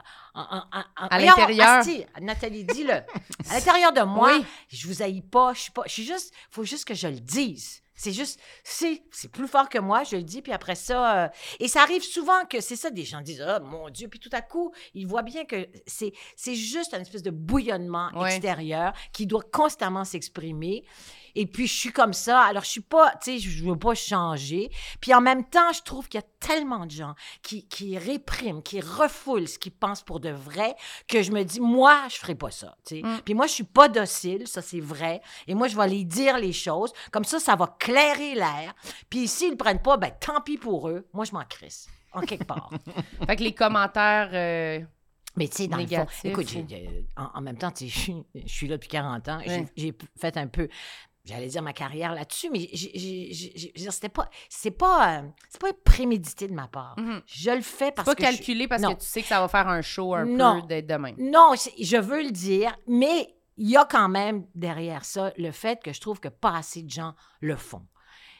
À l'intérieur. Nathalie, dis-le. À l'intérieur de moi, Oui. je vous haïs pas. Je suis juste... Il faut juste que je le dise. C'est juste... C'est plus fort que moi, je le dis. Puis après ça... et ça arrive souvent que c'est ça, des gens disent « Ah, mon Dieu! » Puis tout à coup, ils voient bien que c'est juste une espèce de bouillonnement Ouais. extérieur qui doit constamment s'exprimer. Et puis, je suis comme ça. Alors, je suis pas, tu sais, je veux pas changer. Puis, en même temps, je trouve qu'il y a tellement de gens qui répriment, qui refoulent ce qu'ils pensent pour de vrai, que je me dis, moi, je ferai pas ça, tu sais. Puis moi, je suis pas docile, ça, c'est vrai. Et moi, je vais aller dire les choses. Comme ça va clairer l'air. Puis, s'ils le prennent pas, ben, tant pis pour eux. Moi, je m'en crisse, en quelque part. Fait que les commentaires... Mais tu sais, dans Négatif, le fond, écoute, oui. en même temps, tu sais, je suis là depuis 40 ans. Ouais. J'ai fait un peu, j'allais dire ma carrière là-dessus, mais je veux dire, c'est pas prémédité de ma part. Mhm. Je le fais C'est parce pas que calculé parce non. que tu sais que ça va faire un show un Non. peu d'être de même. Non, je veux le dire, mais il y a quand même derrière ça le fait que je trouve que pas assez de gens le font.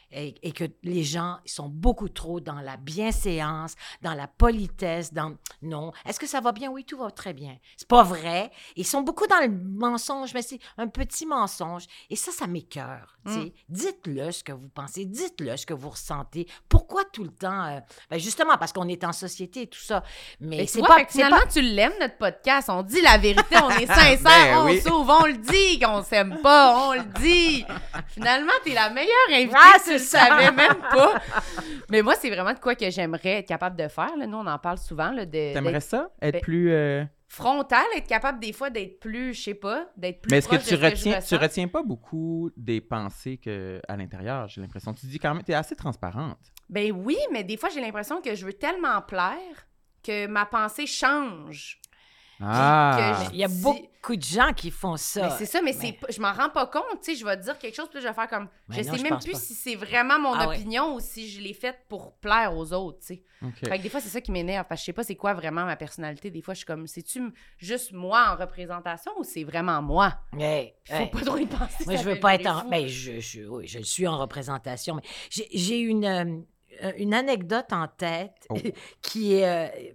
et que les gens ils sont beaucoup trop dans la bienséance, dans la politesse, dans non. Est-ce que ça va bien? Oui, tout va très bien. C'est pas vrai. Ils sont beaucoup dans le mensonge, mais c'est un petit mensonge. Et ça m'écoeure. Dites-le ce que vous pensez, dites-le ce que vous ressentez. Pourquoi tout le temps? Justement, parce qu'on est en société et tout ça. Mais c'est pas... Finalement, tu l'aimes, notre podcast. On dit la vérité, on est sincère, on s'ouvre, on le dit, qu'on s'aime pas, on le dit. Finalement, t'es la meilleure invitée, tu le savais même pas. Mais moi, c'est vraiment de quoi que j'aimerais être capable de faire. Là. Nous, on en parle souvent. Là, T'aimerais ça? Être plus... frontal, être capable des fois d'être plus, je sais pas, d'être plus Mais est-ce que tu retiens pas beaucoup des pensées à l'intérieur, j'ai l'impression? Tu dis quand même, t'es assez transparente. Ben oui, mais des fois, j'ai l'impression que je veux tellement plaire que ma pensée change. Il y a beaucoup de gens qui font ça. Mais c'est ça, mais je m'en rends pas compte. Tu sais, je vais te dire quelque chose, puis je vais faire comme... Je sais même plus si c'est vraiment mon opinion ou si je l'ai faite pour plaire aux autres, tu sais. Okay. Fait que des fois, c'est ça qui m'énerve, parce que je sais pas c'est quoi vraiment ma personnalité. Des fois, je suis comme, c'est-tu juste moi en représentation ou c'est vraiment moi? Faut pas trop y penser. Moi, je veux pas être en... Ben, je le suis en représentation, mais j'ai une anecdote en tête qui est...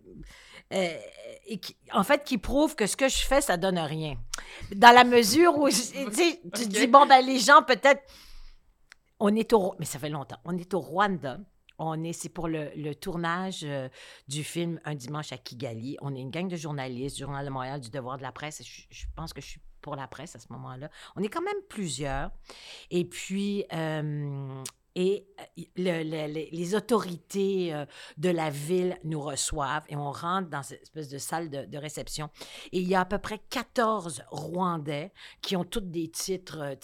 en fait, qui prouve que ce que je fais, ça donne rien. Dans la mesure où, tu dis, bon, ben les gens, peut-être... Mais ça fait longtemps. On est au Rwanda. C'est pour le tournage du film Un dimanche à Kigali. On est une gang de journalistes, du Journal de Montréal, du Devoir de la presse. Je pense que je suis pour la presse à ce moment-là. On est quand même plusieurs. Et puis... les autorités de la ville nous reçoivent et on rentre dans cette espèce de salle de réception. Et il y a à peu près 14 Rwandais qui ont tous des titres,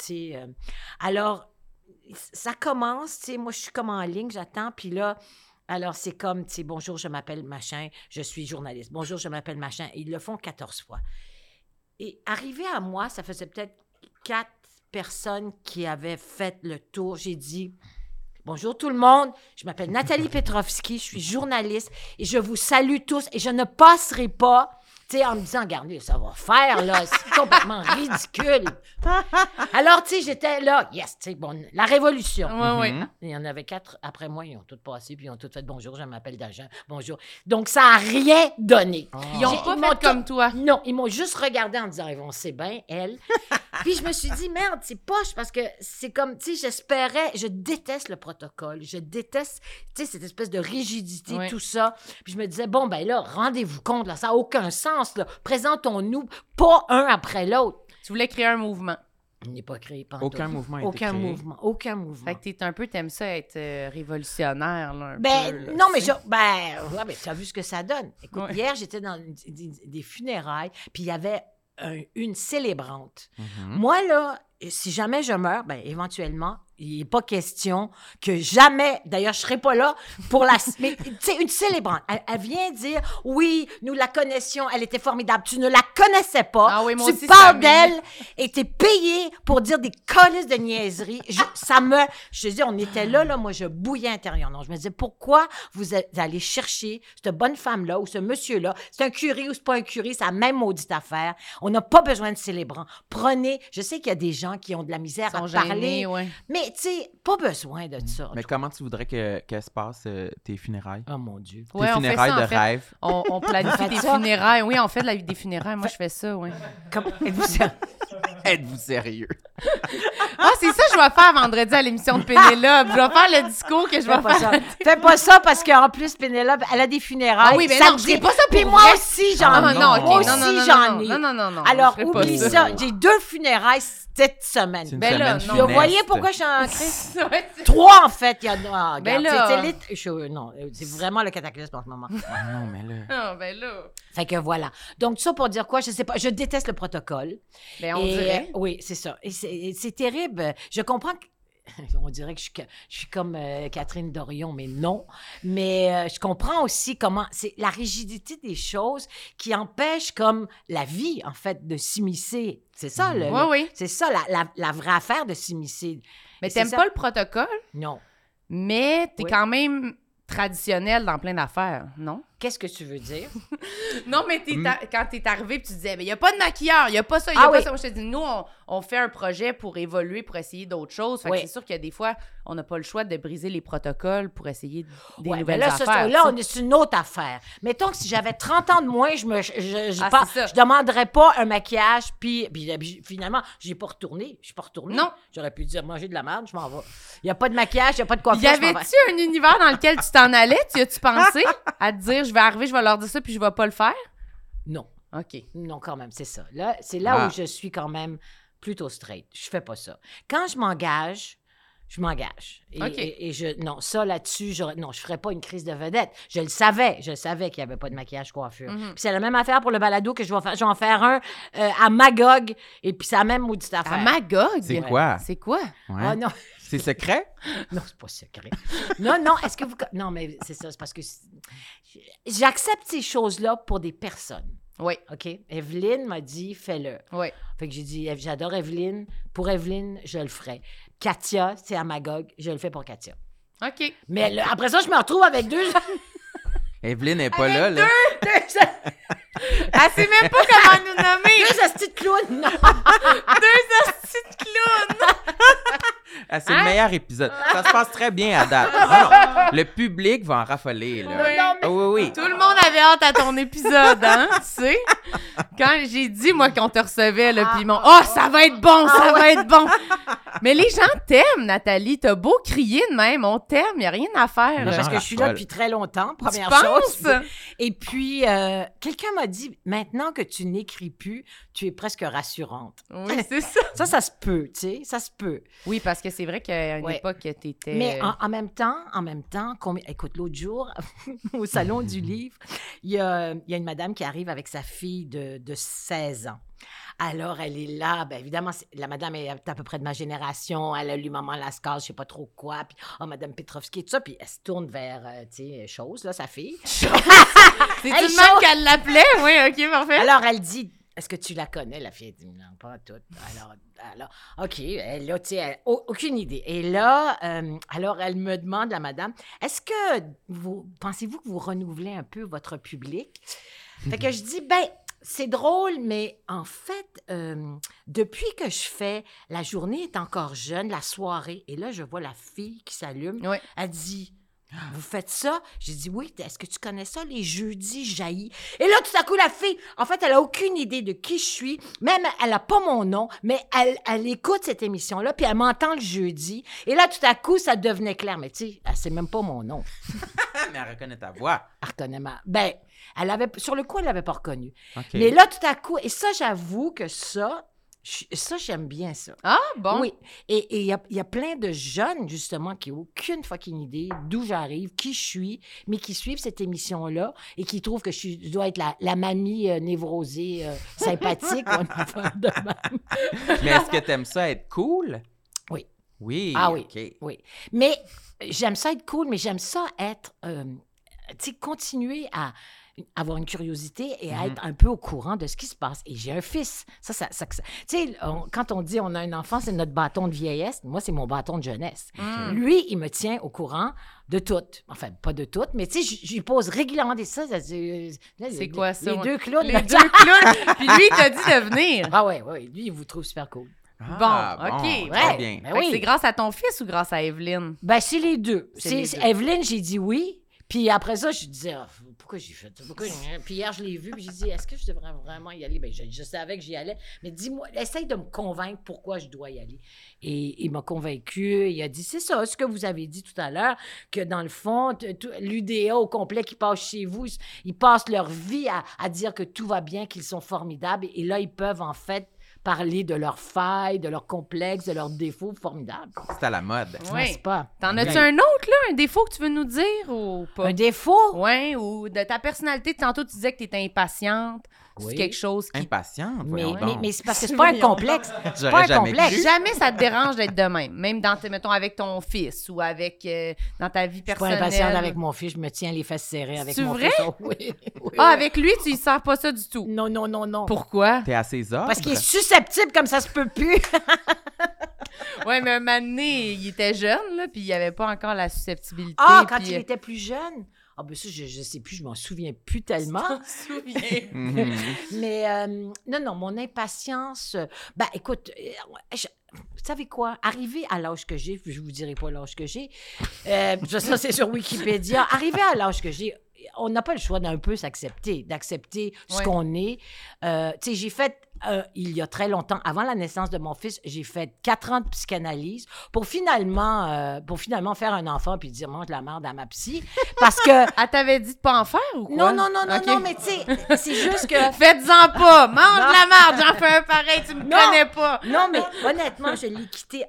alors, ça commence, moi, je suis comme en ligne, j'attends, puis là... Alors, c'est comme, bonjour, je m'appelle machin, je suis journaliste. Bonjour, je m'appelle machin. Et ils le font 14 fois. Et arrivé à moi, ça faisait peut-être 4 personnes qui avaient fait le tour. J'ai dit... Bonjour tout le monde, je m'appelle Nathalie Petrovski, je suis journaliste et je vous salue tous et je ne passerai pas, en me disant, regardez, ça va faire, là, c'est complètement ridicule. Alors, j'étais là, yes, la révolution. Oui. Il y en avait 4 après moi, ils ont tous passé, puis ils ont tous fait bonjour, je m'appelle Dagen, bonjour. Donc, ça n'a rien donné. Ils n'ont pas fait comme toi. Non, ils m'ont juste regardé en disant, on sait bien, elle. Puis je me suis dit, merde, c'est poche, parce que c'est comme, j'espérais, je déteste le protocole, je déteste, cette espèce de rigidité, tout ça. Puis je me disais, bon, ben là, rendez-vous compte, là, ça n'a aucun sens. Là. Présentons-nous pas un après l'autre. Tu voulais créer un mouvement. Il n'est pas créé par Aucun mouvement a été créé. Aucun mouvement. Fait que t'aimes ça être révolutionnaire, là, un peu. Là, non, mais tu as vu ce que ça donne. Écoute, hier, j'étais dans des funérailles, puis il y avait une célébrante. Moi, là, si jamais je meurs, éventuellement, il n'est pas question que jamais, d'ailleurs, je ne serai pas là pour la... Mais, tu sais, une célébrante, elle vient dire, oui, nous la connaissions, elle était formidable. Tu ne la connaissais pas. Ah oui, moi tu aussi, parles d'elle et tu es payé pour dire des colisses de niaiseries. Je te dis, on était là, moi, je bouillais intérieurement. Je me disais, pourquoi vous allez chercher cette bonne femme-là ou ce monsieur-là? C'est un curé ou c'est pas un curé, c'est la même maudite affaire. On n'a pas besoin de célébrants. Prenez, je sais qu'il y a des gens qui ont de la misère à parler, mais tu sais, pas besoin de ça. Mais comment tu voudrais qu'elle se passe tes funérailles? Oh mon Dieu. Tes funérailles de rêve. On planifie des funérailles. Oui, on fait des funérailles. Moi, je fais ça, oui. Êtes-vous sérieux? C'est ça que je vais faire vendredi à l'émission de Pénélope. Je vais faire le discours que je vais faire. Fais pas ça parce qu'en plus, Pénélope, elle a des funérailles. Ah oui, mais non, c'est pas ça pour Puis moi aussi, j'en ai. Non. Alors, oublie ça. J'ai 2 funérailles cette semaine. Vous voyez pourquoi je suis en crise? 3, en fait. Il y a... Non, c'est vraiment le cataclysme en ce moment. Non, mais là... Fait que voilà. Donc, ça pour dire quoi? Je sais pas. Je déteste le protocole. On dirait. Oui, c'est ça. Et c'est terrible. Je comprends que... On dirait que je suis comme Catherine Dorion, mais non. Mais je comprends aussi comment... C'est la rigidité des choses qui empêche comme la vie, en fait, de s'immiscer. C'est ça, c'est ça, la vraie affaire de s'immiscer. Mais t'aimes pas le protocole? Non. Mais t'es quand même traditionnel dans plein d'affaires, non? Qu'est-ce que tu veux dire? Non, mais quand t'es arrivé puis tu disais, mais il n'y a pas de maquilleur, il n'y a pas ça, il n'y Ah a pas oui. ça. Moi, je te dis, nous, on fait un projet pour évoluer, pour essayer d'autres choses. Fait que Oui. c'est sûr qu'il y a des fois, on n'a pas le choix de briser les protocoles pour essayer des Ouais, mais nouvelles là, affaires. là, c'est une autre affaire. Mettons que si j'avais 30 ans de moins, je c'est ça. demanderais pas un maquillage, puis finalement, j'ai pas retourné. Je suis pas retournée. Non. J'aurais pu dire manger de la merde, je m'en vais. Il y a pas de maquillage, il y a pas de Y coiffure, je m'en vais. avait-tu un univers dans lequel tu t'en allais? Tu as-tu pensé à te dire, je vais arriver, je vais leur dire ça, puis je vais pas le faire? Non. OK. Non, quand même, c'est ça. Là, c'est là Ah. où je suis quand même plutôt straight. Je fais pas ça. Quand je m'engage, je m'engage. Et, OK. non, ça là-dessus, je ferais pas une crise de vedette. Je le savais qu'il y avait pas de maquillage coiffure. Mhm. Puis c'est la même affaire pour le balado que je vais en faire un à Magog, et puis c'est la même maudite affaire. À Magog? C'est quoi? C'est quoi? Ouais. Ah non, C'est secret? non, c'est pas secret. Non, est-ce que vous... Non, mais c'est ça, c'est parce que j'accepte ces choses-là pour des personnes. Oui, OK? Evelyne m'a dit, fais-le. oui. Fait que j'ai dit, j'adore Evelyne. Pour Evelyne, je le ferai. Katia, c'est à Magog. Je le fais pour Katia. OK. Mais après ça, je me retrouve avec deux... Evelyne n'est pas là. Elle sait même pas comment nous nommer. deux astis de clowns. Non. Deux hosties de clowns. Ah, c'est le meilleur épisode. Ça se passe très bien à date. Ah non, le public va en raffoler, là. Oui. Ah oui. Tout le monde avait hâte à ton épisode, hein, tu sais? Quand j'ai dit, moi, qu'on te recevait, là, puis ils m'ont « Oh, ça va être bon, ça va être bon! » Mais les gens t'aiment, Nathalie. T'as beau crier de même, on t'aime, il n'y a rien à faire. Les gens Parce que je suis là raffolent. depuis très longtemps, Tu première penses? chose. Et puis, quelqu'un m'a dit, maintenant que tu n'écris plus, tu es presque rassurante. Oui, c'est ça. Ça se peut, tu sais, ça se peut. Oui, parce que c'est vrai qu'à une Ouais. époque, t'étais... Mais en même temps, écoute, l'autre jour, au Salon du Livre, il y a une madame qui arrive avec sa fille de 16 ans. Alors, elle est là, bien évidemment, la madame est à peu près de ma génération, elle a lu Maman Lascars, je sais pas trop quoi, puis Madame Petrovski, tout ça, puis elle se tourne vers, tu sais, Chose, là, sa fille. C'est Hey, tout de même qu'elle l'appelait? Oui, OK, parfait. Alors, elle dit, est-ce que tu la connais? La fille dit, non, pas toute. Alors, OK, elle a, tu sais, aucune idée. Et là, alors, elle me demande, la madame, est-ce que pensez-vous que vous renouvelez un peu votre public? Fait que je dis, ben, c'est drôle, mais en fait, depuis que je fais La journée est encore jeune, la soirée, et là, je vois la fille qui s'allume, Oui. elle dit, vous faites ça? J'ai dit, oui, est-ce que tu connais ça, les jeudis jaillis? Et là, tout à coup, la fille, en fait, elle a aucune idée de qui je suis, même elle a pas mon nom, mais elle écoute cette émission-là, puis elle m'entend le jeudi, et là, tout à coup, ça devenait clair, mais tu sais, elle sait même pas mon nom. Mais elle reconnaît ta voix. Elle reconnaît ben, sur le coup, elle l'avait pas reconnu. OK. Mais là, tout à coup, et ça, j'avoue que ça, j'aime bien ça. Ah, bon. Oui. Et il y a plein de jeunes, justement, qui n'ont aucune fucking idée d'où j'arrive, qui je suis, mais qui suivent cette émission-là et qui trouvent que je dois être la mamie névrosée, sympathique. ou une affaire de même. Mais est-ce que t'aimes ça être cool? Oui. Oui. Ah oui. OK. Oui. Mais j'aime ça être cool, mais j'aime ça être, tu sais, continuer à avoir une curiosité et à être un peu au courant de ce qui se passe. Et j'ai un fils. Ça tu sais, quand on dit on a un enfant, c'est notre bâton de vieillesse. Moi, c'est mon bâton de jeunesse. Lui, il me tient au courant de tout. Enfin, pas de tout, mais tu sais, je lui pose régulièrement des ça. C'est quoi ça? Les deux clowns. Les deux clowns. Puis lui, il t'a dit de venir. Ah ouais, lui, il vous trouve super cool. Ah, OK. Très Ouais. bien. Ben Fait que oui. c'est grâce à ton fils ou grâce à Evelyne? Ben, c'est les deux. C'est les C'est deux. Evelyne, j'ai dit oui. Puis après ça, je disais, pourquoi j'ai fait ça? Puis hier, je l'ai vu, puis j'ai dit, est-ce que je devrais vraiment y aller? Ben, je savais que j'y allais. Mais dis-moi, essaye de me convaincre pourquoi je dois y aller. Et il m'a convaincu. Il a dit, c'est ça, ce que vous avez dit tout à l'heure, que dans le fond, l'UDA au complet qui passe chez vous, ils passent leur vie à dire que tout va bien, qu'ils sont formidables. Et là, ils peuvent en fait parler de leurs failles, de leurs complexes, de leurs défauts formidables. C'est à la mode. Oui. N'est-ce pas? T'en as-tu un autre, là? Un défaut que tu veux nous dire ou pas? Un défaut? Oui, ou de ta personnalité. Tantôt, tu disais que tu étais impatiente. Oui. C'est quelque chose qui... Impatiente, Mais, voyons donc. mais c'est parce que c'est pas un complexe. C'est J'aurais pas un jamais complexe. cru. Jamais ça te dérange d'être de même. Même dans, mettons, avec ton fils ou avec... dans ta vie Je suis pas personnelle. impatiente avec mon fils, je me tiens les fesses serrées avec C'est mon vrai? fils. Oh, oui, oui, Ah, oui. avec lui, tu ne sers pas ça du tout. Non, non, non, non. Pourquoi? T'es à ses ordres? Parce qu'il est susceptible comme ça se peut plus. Oui, mais un moment donné, il était jeune, là, puis il n'y avait pas encore la susceptibilité. Ah, quand puis, il était plus jeune. Ah ben ça, je sais plus, je m'en souviens plus tellement. Je m'en souviens. Mhm. Mais non, mon impatience... ben écoute, vous savez quoi? Arrivé à l'âge que j'ai, je vous dirai pas l'âge que j'ai, ça c'est sur Wikipédia, arrivé à l'âge que j'ai, on n'a pas le choix d'un peu d'accepter ce Ouais. qu'on est. Tu sais, j'ai fait, il y a très longtemps, avant la naissance de mon fils, j'ai fait 4 ans de psychanalyse pour finalement faire un enfant puis dire, mange la merde à ma psy. Parce que... Elle t'avait dit de pas en faire ou quoi? Non, Ok. non, mais tu sais, c'est juste que... Faites-en pas! Mange la merde! J'en fais un pareil, tu me Non. connais pas! Non, mais honnêtement, je l'ai quitté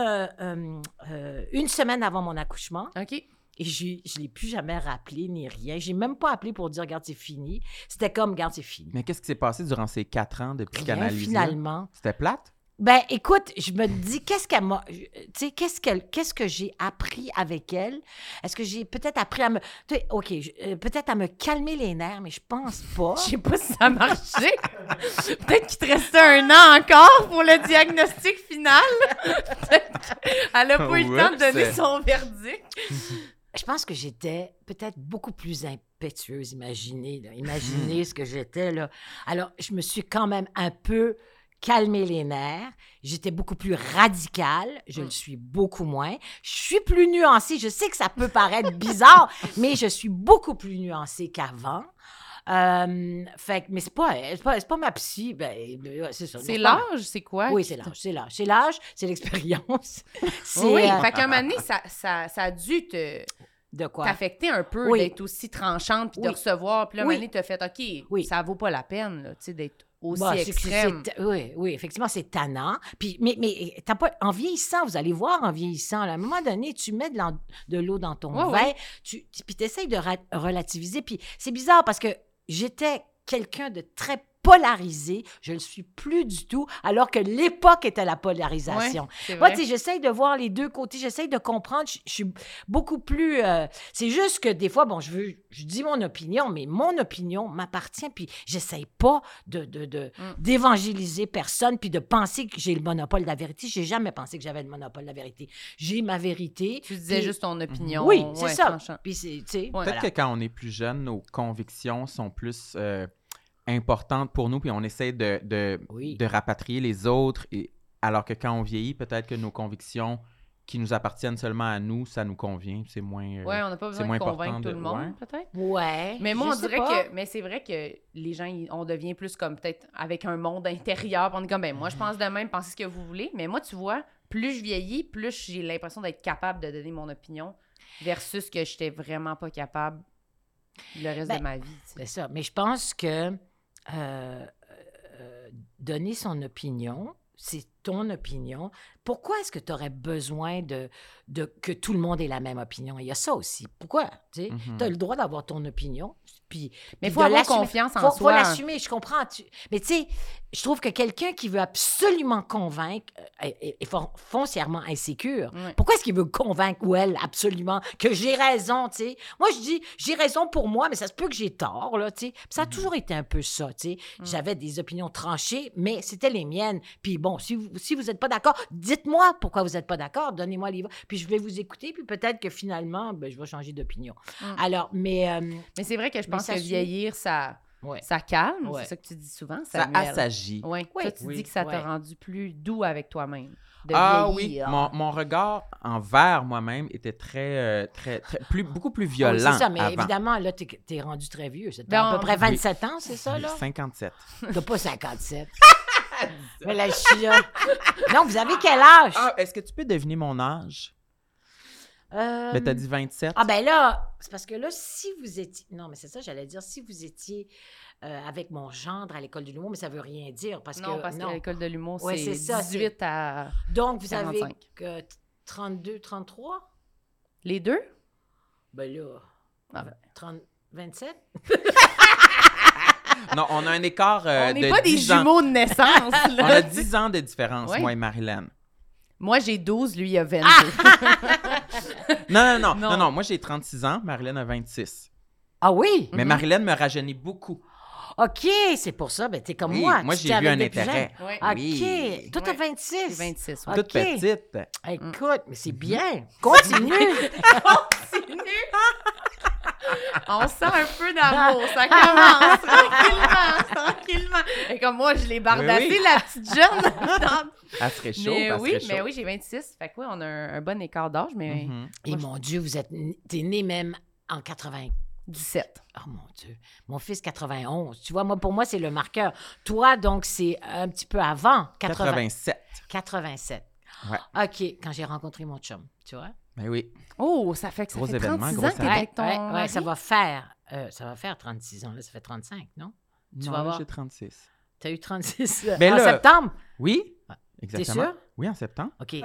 une semaine avant mon accouchement. OK. Et je l'ai plus jamais rappelé ni rien. J'ai même pas appelé pour dire, regarde, c'est fini. C'était comme, regarde, c'est fini. Mais qu'est-ce qui s'est passé durant ces 4 ans de Rien, psychanalyse? finalement. C'était plate? Ben, écoute, je me dis, qu'est-ce qu'elle m'a... Tu sais, qu'est-ce que j'ai appris avec elle? Est-ce que j'ai peut-être appris à me... Tu sais, OK, peut-être à me calmer les nerfs, mais je pense pas. Je sais pas si ça a marché. Peut-être qu'il te restait 1 an encore pour le diagnostic final. Peut-être qu'elle a pas eu le temps de donner Oups. son verdict. Je pense que j'étais peut-être beaucoup plus impétueuse, imaginez ce que j'étais, là. Alors, je me suis quand même un peu calmé les nerfs. J'étais beaucoup plus radicale. Je le suis beaucoup moins. Je suis plus nuancée. Je sais que ça peut paraître bizarre, mais je suis beaucoup plus nuancée qu'avant. Mais c'est pas ma psy. C'est ça. C'est Non, pas- l'âge, c'est quoi? Oui, c'est l'âge. C'est l'âge, c'est l'expérience. C'est, Oui, fait qu'à un moment donné, ça a dû de quoi? t'affecter un peu Oui. d'être aussi tranchante puis de Oui. recevoir. Puis là, à un Oui. moment donné, t'as fait, OK, Oui. ça vaut pas la peine, là, tu sais, d'être aussi Bah, extrême. Oui, effectivement, c'est tannant. Puis, mais t'as pas, en vieillissant, vous allez voir, en vieillissant, là, à un moment donné, tu mets de l'eau dans ton Ouais, verre, ouais. puis tu essayes de relativiser. Puis c'est bizarre parce que j'étais quelqu'un de très polarisé. Je ne le suis plus du tout, alors que l'époque était la polarisation. Ouais, c'est Moi, vrai. tu sais, j'essaye de voir les deux côtés, j'essaye de comprendre. Je suis beaucoup plus... c'est juste que des fois, bon, je dis mon opinion, mais mon opinion m'appartient, puis j'essaye pas d'évangéliser personne, puis de penser que j'ai le monopole de la vérité. J'ai jamais pensé que j'avais le monopole de la vérité. J'ai ma vérité. Tu disais puis- juste ton opinion. Oui, c'est ouais, ça. tranchant. Puis c'est, tu sais, Ouais. voilà. Peut-être que quand on est plus jeune, nos convictions sont plus importantes pour nous, puis on essaie Oui. de rapatrier les autres, alors que quand on vieillit, peut-être que nos convictions qui nous appartiennent seulement à nous, ça nous convient, c'est moins... Ouais, on n'a pas besoin moins de convaincre important tout le de- monde, ouais. peut-être. Ouais. Mais moi, je on sais dirait pas. que... Mais c'est vrai que les gens, on devient plus comme peut-être avec un monde intérieur. Puis on est comme, ben moi, je pense de même, pensez ce que vous voulez. Mais moi, tu vois, plus je vieillis, plus j'ai l'impression d'être capable de donner mon opinion versus que j'étais vraiment pas capable le reste Ben, de ma vie. tu sais. C'est ça. Mais je pense que donner son opinion, c'est ton opinion. Pourquoi est-ce que tu aurais besoin de que tout le monde ait la même opinion? Il y a ça aussi. Pourquoi? Tu Mhm. as le droit d'avoir ton opinion. Mais il il faut avoir confiance en faut soi. l'assumer, je comprends. Mais tu sais, je trouve que quelqu'un qui veut absolument convaincre est foncièrement insécure. Ouais. Pourquoi est-ce qu'il veut convaincre ou elle absolument que j'ai raison, tu sais? Moi, je dis, j'ai raison pour moi, mais ça se peut que j'ai tort, là, tu sais. Puis ça a toujours été un peu ça, tu sais. J'avais des opinions tranchées, mais c'était les miennes. Puis bon, si vous n'êtes pas d'accord, dites-moi pourquoi vous n'êtes pas d'accord, donnez-moi les... Puis je vais vous écouter, puis peut-être que finalement, ben, je vais changer d'opinion. Alors, mais... Mais c'est vrai que je Mais pense ça que suit. vieillir, ça ouais. calme. Ouais. C'est ça que tu dis souvent. Ça Samuel. assagit. Ouais. Oui. Toi, tu Oui. dis que ça t'a Ouais. rendu plus doux avec toi-même. De Ah oui, vieillir. mon regard envers moi-même était beaucoup plus violent Oui, c'est ça, mais avant. évidemment, là, t'es rendu très vieux. C'est Ben, à peu près oui. 27 ans, c'est ça, là? 57. T'as pas 57. Mais là, je suis là. Non, vous avez quel âge? Ah, est-ce que tu peux deviner mon âge? Ben, t'as dit 27. Ah, ben là, c'est parce que là, si vous étiez... Non, mais c'est ça, j'allais dire, si vous étiez avec mon gendre à l'école de l'humour, mais ça veut rien dire, parce Non, que... parce que l'école de l'humour, Ouais, c'est c'est ça, 18 à... Donc, vous avez 45. que 32, 33? Les deux? Ben là, Ah ben. 27? Non, on a un écart On de n'est pas des 10 ans. jumeaux de naissance, On là. a 10 ans de différence, Ouais. moi et Marilyn. Moi, j'ai 12, lui, il a 22. Non. Non. Moi, j'ai 36 ans, Marilyn a 26. Ah oui? Mais Marilyn me rajeunit beaucoup. OK, c'est pour ça. Ben, t'es comme Oui, moi. j'ai vu un intérêt. Ouais. OK. Oui. Toi, t'as Ouais. 26. J'ai 26, ouais. OK. Toute petite. Écoute, mais c'est bien. Continue. On sent un peu d'amour. Ça commence tranquillement. Et comme moi, je l'ai bardassé, Oui. la petite jeune. Elle serait chaud, Mais elle oui, serait chaud. mais oui, j'ai 26. Fait que oui, on a un bon écart d'âge, mais Mhm. Et mon Dieu, t'es né même en 80. 17. Oh mon Dieu. Mon fils, 91. Tu vois, pour moi, c'est le marqueur. Toi, donc, c'est un petit peu avant. 87. 87. Ouais. OK, quand j'ai rencontré mon chum, tu vois. Ben oui. Oh, ça fait que ça Gros fait événement, 36 gros ans que t'es événement. avec ton mari? ça va faire 36 ans. Là, ça fait 35, non? Tu Non, vas là, voir. j'ai 36. Tu as eu 36 Ben en là- septembre? Oui, Ah, exactement. sûr? Oui, en septembre. OK.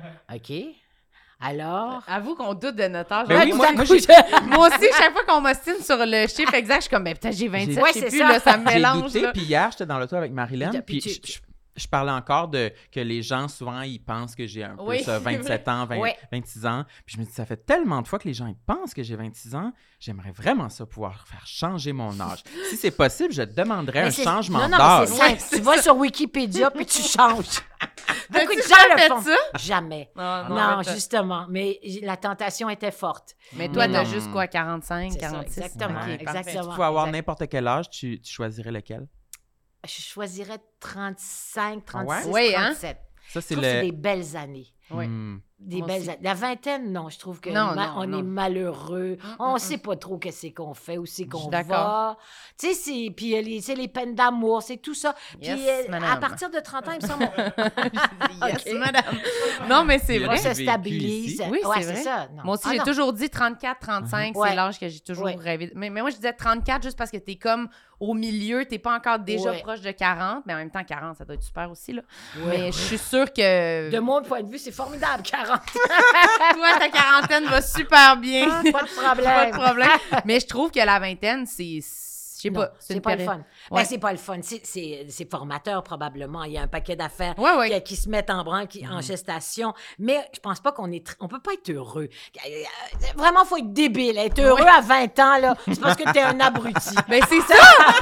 Alors... Avoue qu'on doute de notre âge. Ben oui, Tout moi, à moi, coup, j'ai- moi aussi, chaque fois qu'on m'ostine sur le chiffre exact, je suis comme, ben peut-être j'ai 27, Ouais, je sais c'est plus, ça. là, ça me J'ai mélange. douté, là. puis hier, j'étais dans l'auto avec Marilyn, Puis puis tu- je parlais encore de que les gens, souvent, ils pensent que j'ai un peu Oui, ça, c'est 27 ans, 26 ans. Puis je me dis, ça fait tellement de fois que les gens ils pensent que j'ai 26 ans, j'aimerais vraiment ça pouvoir faire changer mon âge. Si c'est possible, je demanderais un Mais c'est- changement non, mais d'âge. c'est simple. Ouais, c'est tu vas sur Wikipédia puis tu changes. Beaucoup T'as-tu de gens déjà le fait font. ça? Jamais. Non, Non, mais justement. Mais la tentation était forte. Mais toi, t'as Mm. juste quoi, 45, C'est ça, 46? exactement, Ok, parfait. exactement. Tu peux avoir Exact. n'importe quel âge, tu choisirais lequel? Je choisirais 35, 36, Ouais, hein? 37. Ça, Je c'est trouve que c'est le... des belles années. Oui. Des Moi belles aussi. années. La vingtaine, non, je trouve que Non, on non. est malheureux. On sait pas trop qu'est-ce qu'on fait, où c'est Je qu'on suis va. d'accord. Tu sais, puis les peines d'amour, c'est tout ça. Puis Yes, à madame. partir de 30 ans, il me semble... Yes, Ok. madame. Non, mais c'est Il y a vrai. du ça vécu stabilise. ici. Oui, Ouais, c'est vrai. ça. Non. Moi aussi, Ah, j'ai non. toujours dit 34, 35, Ouais. c'est l'âge que j'ai toujours Ouais. rêvé. Mais moi, je disais 34 juste parce que t'es comme au milieu, t'es pas encore déjà Ouais. proche de 40, mais en même temps, 40, ça doit être super aussi, là. Ouais. Mais je suis sûre que De mon point de vue, c'est formidable, 40. toi, ta quarantaine va super bien. Pas de problème. Pas de problème. Mais je trouve que la vingtaine, je sais Non, pas, c'est une pas le période. fun. Ouais. Ben, c'est pas le fun. C'est formateur, probablement. Il y a un paquet d'affaires Ouais. qui se mettent en branle, en gestation. Mais je pense pas on peut pas être heureux. Vraiment, faut être débile. Être heureux Ouais. à 20 ans, là, c'est parce que t'es un abruti. Ben, c'est ça!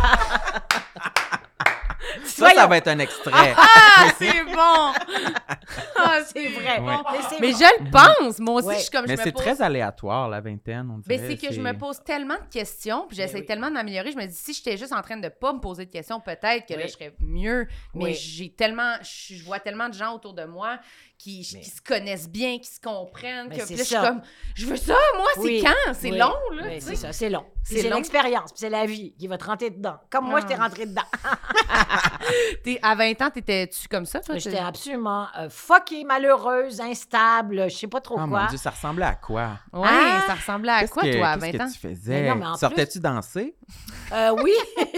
Ça va être un extrait. Ah, c'est bon! Ah, C'est vrai. Ouais. Mais je le pense! Moi aussi, Ouais. je suis comme, Mais je me c'est pose... très aléatoire, la vingtaine, on dirait. Ben, c'est que je me pose tellement de questions, puis j'essaie oui. tellement de m'améliorer. Je me dis, si j'étais juste en train de pas me poser de questions, peut-être que là, Oui. je serais mieux. Mais Oui. je vois tellement de gens autour de moi qui se connaissent bien, qui se comprennent, Mais que c'est puis là, je suis ça. comme, je veux ça, moi, Oui. c'est quand? C'est Oui. long, là, Oui, tu c'est sais. ça, c'est long. C'est C'est long. l'expérience, puis c'est la vie qui va te rentrer dedans. Comme moi, Ah. je t'ai rentré dedans. À 20 ans, t'étais-tu comme ça, toi? J'étais absolument fuckée, malheureuse, instable, je sais pas trop Oh quoi. mon Dieu, ça ressemblait à quoi? Ouais, Ah! ça ressemblait à quoi, toi, à 20 ans? Qu'est-ce que tu faisais? Mais non, mais en Sortais-tu danser? Oui.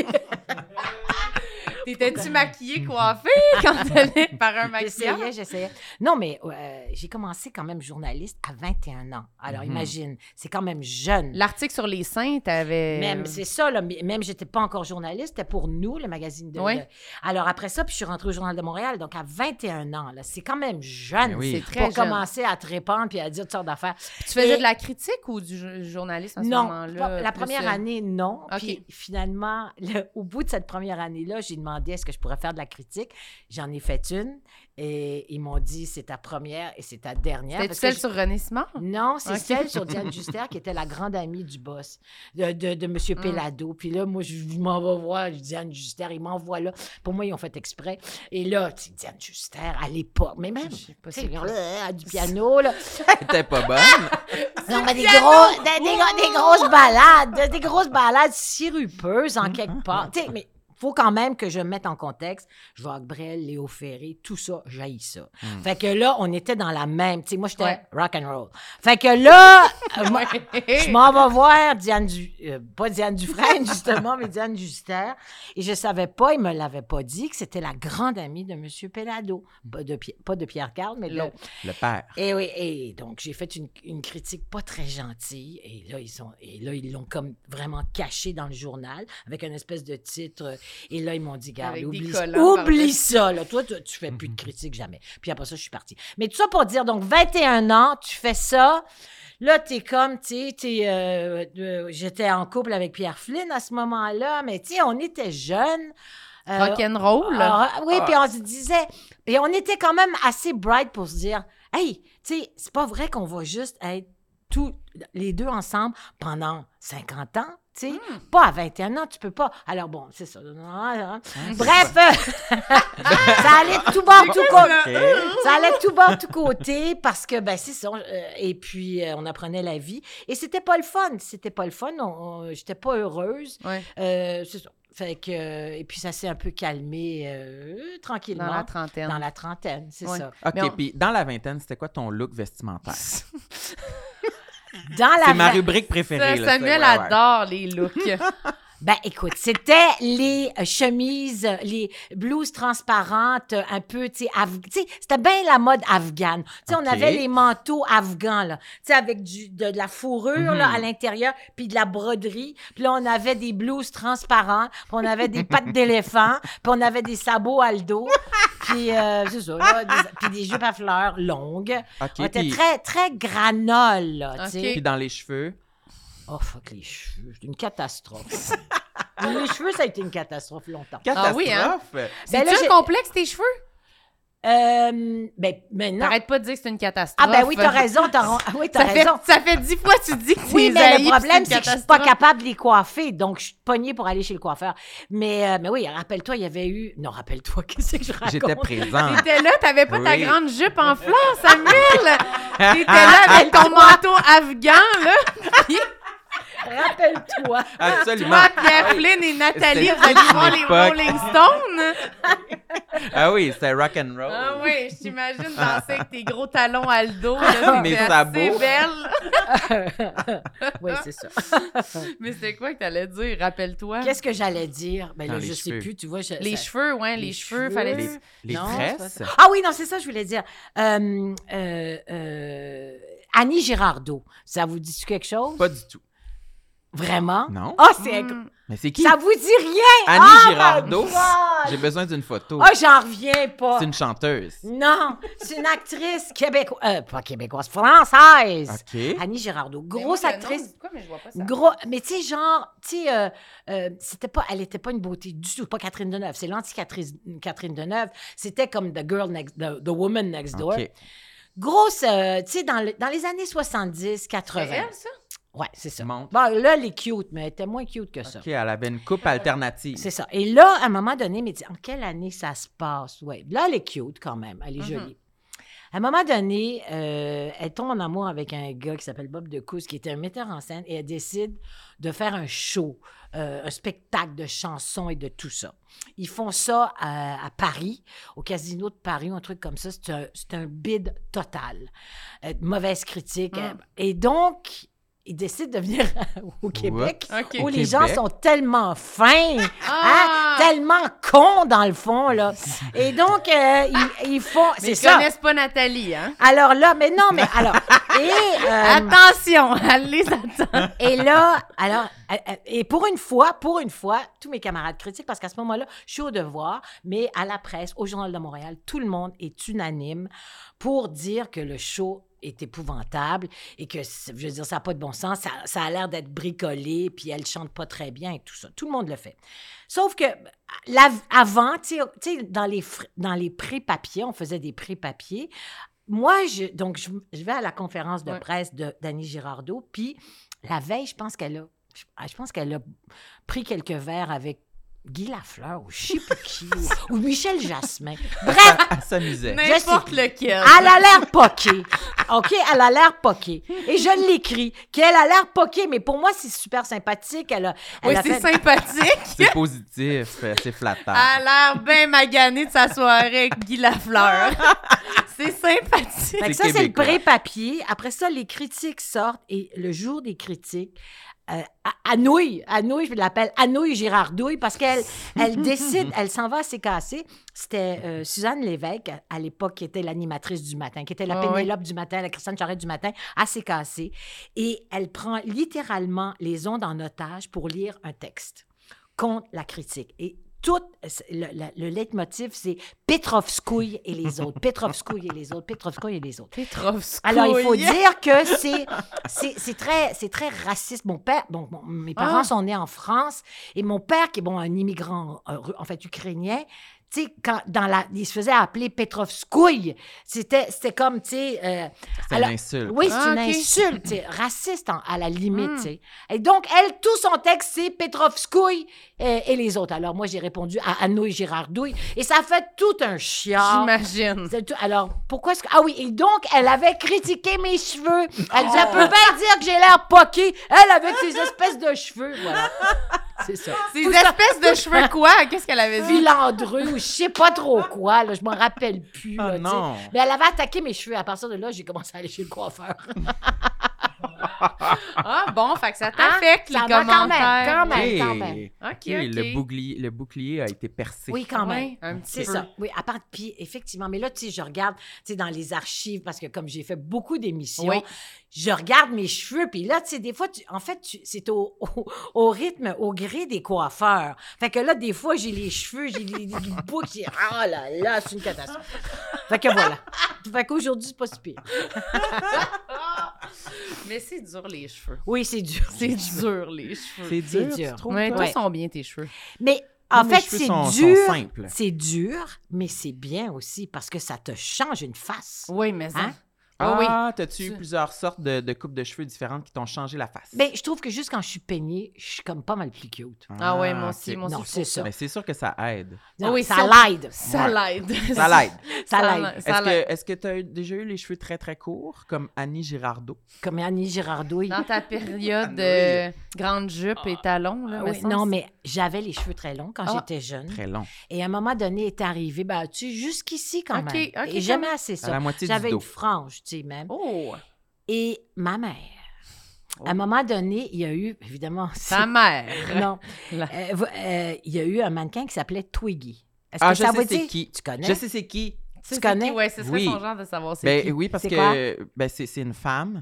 T'étais-tu maquillée, coiffée quand t'allais par un maquillage? J'essayais. Non, mais j'ai commencé quand même journaliste à 21 ans. Alors, Mhm. imagine, c'est quand même jeune. L'article sur les seins, t'avais... Même, c'est ça, là, même j'étais pas encore journaliste, c'était pour nous, le magazine de... Oui. Alors, après ça, puis je suis rentrée au Journal de Montréal, donc à 21 ans, là, c'est quand même jeune Ben oui. C'est très pour jeune. commencer à te répandre puis à dire toutes sortes d'affaires. Tu faisais Et- de la critique ou du journalisme à ce Non, moment-là? la plus, première année, non. OK. Puis finalement, au bout de cette première année-là, j'ai demandé est-ce que je pourrais faire de la critique. J'en ai fait une et ils m'ont dit c'est ta première et c'est ta dernière. C'était Parce celle que sur René Simard? Non, c'est OK. celle sur Diane Juster qui était la grande amie du boss, de M. Pellado. Puis là, moi, je m'en vais voir Diane Juster. Ils m'envoient là. Pour moi, ils ont fait exprès. Et là, tu sais, Diane Juster, à l'époque, mais même, Je sais pas tu c'est sais, quoi. là, du piano, là. T'étais pas bonne? Non, mais des grosses balades, des grosses balades sirupeuses en quelque part. Tu sais, mais faut quand même que je mette en contexte. Jacques Brel, Léo Ferré, tout ça, j'haïs ça. Fait que là, on était dans la même. Tu sais, moi, j'étais Ouais. rock and roll. Fait que là, moi, je m'en vais voir pas Diane Dufresne, justement, mais Diane Juster. Et je savais pas, il me l'avait pas dit, que c'était la grande amie de M. Pellado. Pas de Pierre Carl, mais de L'autre. Le père. et oui, et donc j'ai fait une critique pas très gentille, et là ils l'ont comme vraiment caché dans le journal avec une espèce de titre, et là ils m'ont dit garde, Avec des oublie collants par-dessus. ça là, toi tu fais plus de critique jamais. Puis après ça je suis partie. Mais tout ça pour dire donc 21 ans, tu fais ça. Là, t'es comme, tu sais, j'étais en couple avec Pierre Flynn à ce moment-là, mais tu sais, on était jeunes. Rock'n'roll? Oui, puis on se disait, et on était quand même assez bright pour se dire, hey, tu sais, c'est pas vrai qu'on va juste être les deux ensemble pendant 50 ans. Tu sais, pas à 21 ans, tu peux pas. Alors bon, c'est ça. Bref, ça allait de tout bord, tout côté. Ça allait de tout bord, tout côté parce que, ben, c'est ça. Et puis, on apprenait la vie. Et c'était pas le fun. C'était pas le fun. J'étais pas heureuse. Ouais. C'est ça. Fait que, et puis, ça s'est un peu calmé tranquillement. Dans la trentaine. Dans la trentaine, c'est Ouais. ça. OK, puis dans la vingtaine, c'était quoi ton look vestimentaire? Dans la C'est ma rubrique préférée. là, Samuel c'est- ouais, ouais. adore les looks. Ben, écoute, c'était les chemises, les blouses transparentes, un peu, tu sais, c'était bien la mode afghane. Tu sais, OK. on avait les manteaux afghans, là, tu sais, avec de la fourrure, là, à l'intérieur, puis de la broderie. Puis là, on avait des blouses transparentes, puis on avait des pattes d'éléphant, puis on avait des sabots à le dos. Puis, c'est ça, là, puis des jupes à fleurs longues. OK, On était puis- très, très granole, là, tu sais. OK. Puis dans les cheveux? Oh, fuck, les cheveux, c'est une catastrophe. Les cheveux, ça a été une catastrophe longtemps. Catastrophe! Ah oui, hein? Ben là, C'est-tu un complexe, tes cheveux? Ben, maintenant. T'arrêtes pas de dire que c'est une catastrophe. Ah, ben oui, t'as raison. Oui, t'as raison. Ça fait 10 fois que tu dis que c'est Oui, mais haï, le puis problème, une c'est que je suis pas catastrophe. capable de les coiffer. Donc, je suis pognée pour aller chez le coiffeur. Mais oui, rappelle-toi, il y avait eu. Non, rappelle-toi, qu'est-ce que je raconte? J'étais présent. T'étais là, t'avais pas ta Oui. grande jupe en fleurs, Samuel! T'étais là avec ton manteau afghan, là! Puis Rappelle-toi. Absolument. toi, Pierre Flynn et Nathalie, C'était vous allez voir les l'époque. Rolling Stones! Ah oui, c'était rock and roll. Ah oui, je t'imagine danser avec tes gros talons à le dos, là, Mes t'étais sabots. assez belle! Oui, c'est ça. Mais c'était quoi que t'allais dire? Rappelle-toi. Qu'est-ce que j'allais dire? Ben Dans là, les je sais cheveux. plus, tu vois. Les cheveux, ouais, les cheveux, fallait... Les Non, c'est pas tresses? ça. Ah oui, non, c'est ça que je voulais dire. Annie Girardot, ça vous dit quelque chose? Pas du tout. Vraiment? Non? Ah, c'est... Mais c'est qui? Ça vous dit rien? Annie Oh my Girardot? God! J'ai besoin d'une photo. Ah, j'en reviens pas. C'est une chanteuse. Non, c'est une actrice québécoise, pas québécoise, française. OK. Annie Girardot, Mais grosse moi, le nom, actrice. c'est quoi, mais je vois pas ça. Gros, mais tu sais, genre, tu sais, elle était pas une beauté du tout, pas Catherine Deneuve. C'est l'anti-Catherine Deneuve. C'était comme the woman next door. OK. Grosse, tu sais, dans les années 70, 80. C'est elle, ça? Ouais, c'est ça. Montre. Bon, là, elle est cute, mais elle était moins cute que ça. OK, elle avait une coupe alternative. C'est ça. Et là, à un moment donné, mais en quelle année ça se passe? Ouais. Là, elle est cute quand même. Elle est jolie. À un moment donné, elle tombe en amour avec un gars qui s'appelle Bob Decouze, qui était un metteur en scène, et elle décide de faire un show, un spectacle de chansons et de tout ça. Ils font ça à Paris, au Casino de Paris, un truc comme ça. C'est un bide total. Mauvaise critique. Et donc, ils décident de venir au Québec, OK. où les Québec. gens sont tellement fins, Ah! tellement cons dans le fond, là. Et donc, ils font... Mais C'est ils ça. connaissent pas Nathalie, hein? Alors là, mais non, mais alors... Et, Attention, elle les attend. et là, alors... Et pour une fois, tous mes camarades critiques, parce qu'à ce moment-là, je suis au Devoir, mais à la presse, au Journal de Montréal, tout le monde est unanime pour dire que le show est épouvantable et que, je veux dire, ça n'a pas de bon sens, ça a l'air d'être bricolé, puis elle chante pas très bien et tout ça. Tout le monde le fait. Sauf que, avant, tu sais, dans les pré-papiers, on faisait des pré-papiers. Moi, je vais à la conférence de presse d'Annie Girardot, puis la veille, je pense qu'elle a pris quelques verres avec Guy Lafleur ou je sais plus qui, ou Michel Jasmin. Bref, Elle s'amusait. N'importe Je sais lequel. elle a l'air poquée. OK? Elle a l'air poquée. Et je l'écris, qu'elle a l'air poquée, mais pour moi, c'est super sympathique. Oui, c'est sympathique. C'est positif, c'est flatteur. Elle a l'air bien maganée de sa soirée avec Guy Lafleur. C'est sympathique. Fait que C'est ça, c'est le québécois. pré-papier. Après ça, les critiques sortent et le jour des critiques, Anouille, je l'appelle Anouille Girardouille parce qu'elle décide, elle s'en va à CKC. C'était Suzanne Lévesque, à l'époque, qui était l'animatrice du matin, qui était la Pénélope du matin, la Christiane Charette du matin, à CKC. Et elle prend littéralement les ondes en otage pour lire un texte contre la critique. Et tout le leitmotiv, c'est Petrovskouille et les autres, Petrovskouille et les autres, Petrovskouille et les autres. Petrovskouille. Alors, il faut dire que c'est très raciste. Mon père, mes parents sont nés en France et mon père, qui est un immigrant, en fait, ukrainien, tu sais, quand il se faisait appeler Petrovskoï, c'était comme, tu sais... C'est une insulte. Oui, c'est une insulte, tu sais, raciste à la limite, tu sais. Et donc, elle, tout son texte, c'est Petrovskoï et les autres. Alors, moi, j'ai répondu à Anouilh Girardouille et ça a fait tout un chiant. J'imagine. Alors, pourquoi est-ce que... Ah oui, et donc, elle avait critiqué mes cheveux. Elle disait, elle peut bien dire que j'ai l'air poqué. Elle, avec ses espèces de cheveux, voilà. C'est ça. Ces espèces de cheveux quoi? Qu'est-ce qu'elle avait dit? Filandreux ou je sais pas trop quoi, là, je m'en rappelle plus. Là, non. Mais elle avait attaqué mes cheveux. À partir de là, j'ai commencé à aller chez le coiffeur. Ah bon, fait que ça t'affecte les ça va commentaires. quand même. OK. Le bouclier a été percé. Oui, quand même. Ouais, un petit C'est peu. ça. Oui, à part, puis effectivement, mais là, tu sais, je regarde, tu sais, dans les archives, parce que comme j'ai fait beaucoup d'émissions, Oui. je regarde mes cheveux, puis là, tu sais, des fois, c'est au rythme, au gré des coiffeurs. Fait que là, des fois, j'ai les cheveux, j'ai les boucles, ah là là, c'est une catastrophe. Fait que voilà. Fait qu'aujourd'hui, c'est pas si pire. Mais c'est dur, les cheveux. Oui, c'est dur. C'est dur, les cheveux. C'est dur, C'est dur. tu trouves? Ouais, toi? toi, sont bien tes cheveux. Mais en Moi, mes fait, cheveux c'est sont dur. simples. C'est dur, mais c'est bien aussi parce que ça te change une face. Oui, mais ça. Hein? Ah, t'as-tu eu plusieurs sortes de coupes de cheveux différentes qui t'ont changé la face? Ben, je trouve que juste quand je suis peignée, je suis comme pas mal plus cute. Ah ouais, moi ok. aussi, moi Non, aussi. c'est ça. Mais c'est sûr que ça aide. Non, Oui, ça ça- l'aide. Ça l'aide. Ça l'aide. Ça l'aide. Ça l'aide. Est-ce que tu as déjà eu les cheveux très, très courts, comme Annie Girardot? Comme Annie Girardouille. Dans ta période grande jupe et talons, là, Oui, me semble. non, mais j'avais les cheveux très longs quand Ah. j'étais jeune. Très long. Et à un moment donné, est arrivé, ben, tu sais, jusqu'ici quand Ok, même. ok, Et j'aimais assez À ça. la moitié J'avais du une dos. frange, tu sais, même. Oh! Et ma mère, à un moment donné, il y a eu, évidemment... Ta mère. Non. La- Il y a eu un mannequin qui s'appelait Twiggy. Est-ce Ah, que je ça sais veut c'est dire? qui. Tu connais? Je sais c'est qui. Tu connais? Ouais, ce serait Oui. son genre de savoir c'est Ben qui. oui, parce C'est que ben, c'est une femme.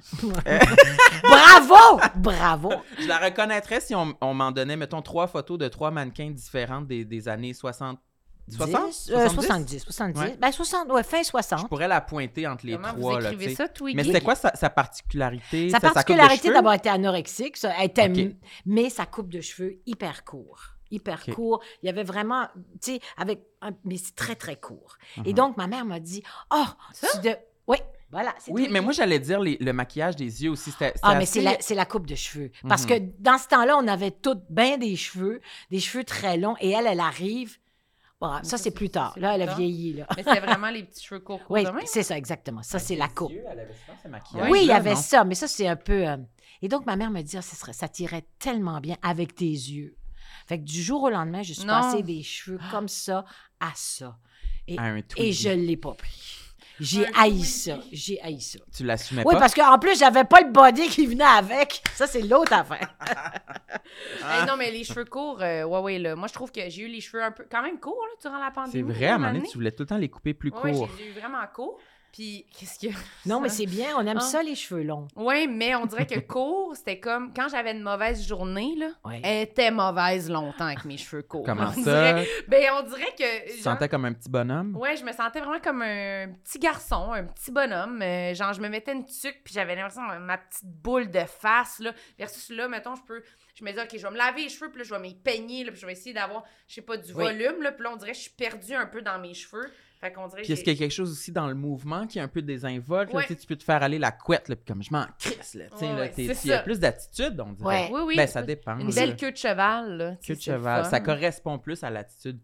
Bravo! Bravo! Je la reconnaîtrais si on m'en donnait, mettons, 3 photos de 3 mannequins différentes des années 60. 60? 70. Ouais. Ben, 60, ouais, fin 60. Je pourrais la pointer entre les Comment vous trois. Là, écrivez tu sais. ça, Twiggy? Mais c'était quoi sa particularité? Sa C'était coupe de particularité cheveux? d'avoir été anorexique, ça, elle était, Ok. mais sa coupe de cheveux hyper court. Hyper Ok. court. Il y avait vraiment, tu sais, mais c'est très, très court. Et Mhm. donc, ma mère m'a dit, oh, oui, voilà. c'est Oui, Twiggy. mais moi, j'allais dire le maquillage des yeux aussi. C'était Ah, mais assez- c'est la coupe de cheveux. Parce Mhm. que dans ce temps-là, on avait toutes bien des cheveux très longs. Et elle arrive. Bon, ça, c'est plus tard. c'est Là, plus elle a tard. vieilli. Là. Mais c'était vraiment les petits cheveux courts Oui, de même? c'est ça, exactement. Ça, c'est la Les coupe. yeux, elle avait souvent ce Oui, maquillage-là, il y avait non? ça, mais ça, c'est un peu... Et donc, ma mère me dit, ah, ça t'irait tellement bien avec tes yeux. Fait que du jour au lendemain, je suis Non. passée des cheveux comme ça à ça. Et, À un et Twiggy. je l'ai pas pris. J'ai Un haï Twiggy. ça. J'ai haï ça. Tu l'assumais Oui, pas? parce qu'en plus, j'avais pas le body qui venait avec. Ça, c'est l'autre affaire. Non, mais les cheveux courts, ouais, là. Moi, je trouve que j'ai eu les cheveux un peu quand même courts là, durant la pandémie. C'est vrai, à un moment donné, donné. tu voulais tout le temps les couper plus Ouais, courts. j'ai eu vraiment court. Puis, qu'est-ce que. Non, mais c'est bien. On aime Ah. ça, les cheveux longs. Oui, mais on dirait que court, c'était comme quand j'avais une mauvaise journée, là. Ouais. Elle était mauvaise longtemps avec mes cheveux courts. Comment On ça? dirait- Ben, on dirait que. Tu te sentais comme un petit bonhomme? Ouais, je me sentais vraiment comme un petit garçon, un petit bonhomme. Genre, je me mettais une tuque, puis j'avais l'impression de ma petite boule de face, là. Versus là, mettons, je me dis, OK, je vais me laver les cheveux, puis là, je vais m'y peigner, là, puis je vais essayer d'avoir, je sais pas, du Oui. volume, là. Puis là, on dirait que je suis perdue un peu dans mes cheveux. Fait qu'on dirait Puis est-ce qu'il y a quelque chose aussi dans le mouvement qui est un peu désinvolte? là? Ouais. Tu sais, tu peux te faire aller la couette, là, puis comme je m'en crisse, là. Tu sais, Ouais, là, ouais, t'es- c'est il y a ça. plus d'attitude, on dirait. Ouais. Oui, oui. Ben, ça dépend. Une là. belle queue de cheval, là. Queue de cheval. Ça correspond plus à l'attitude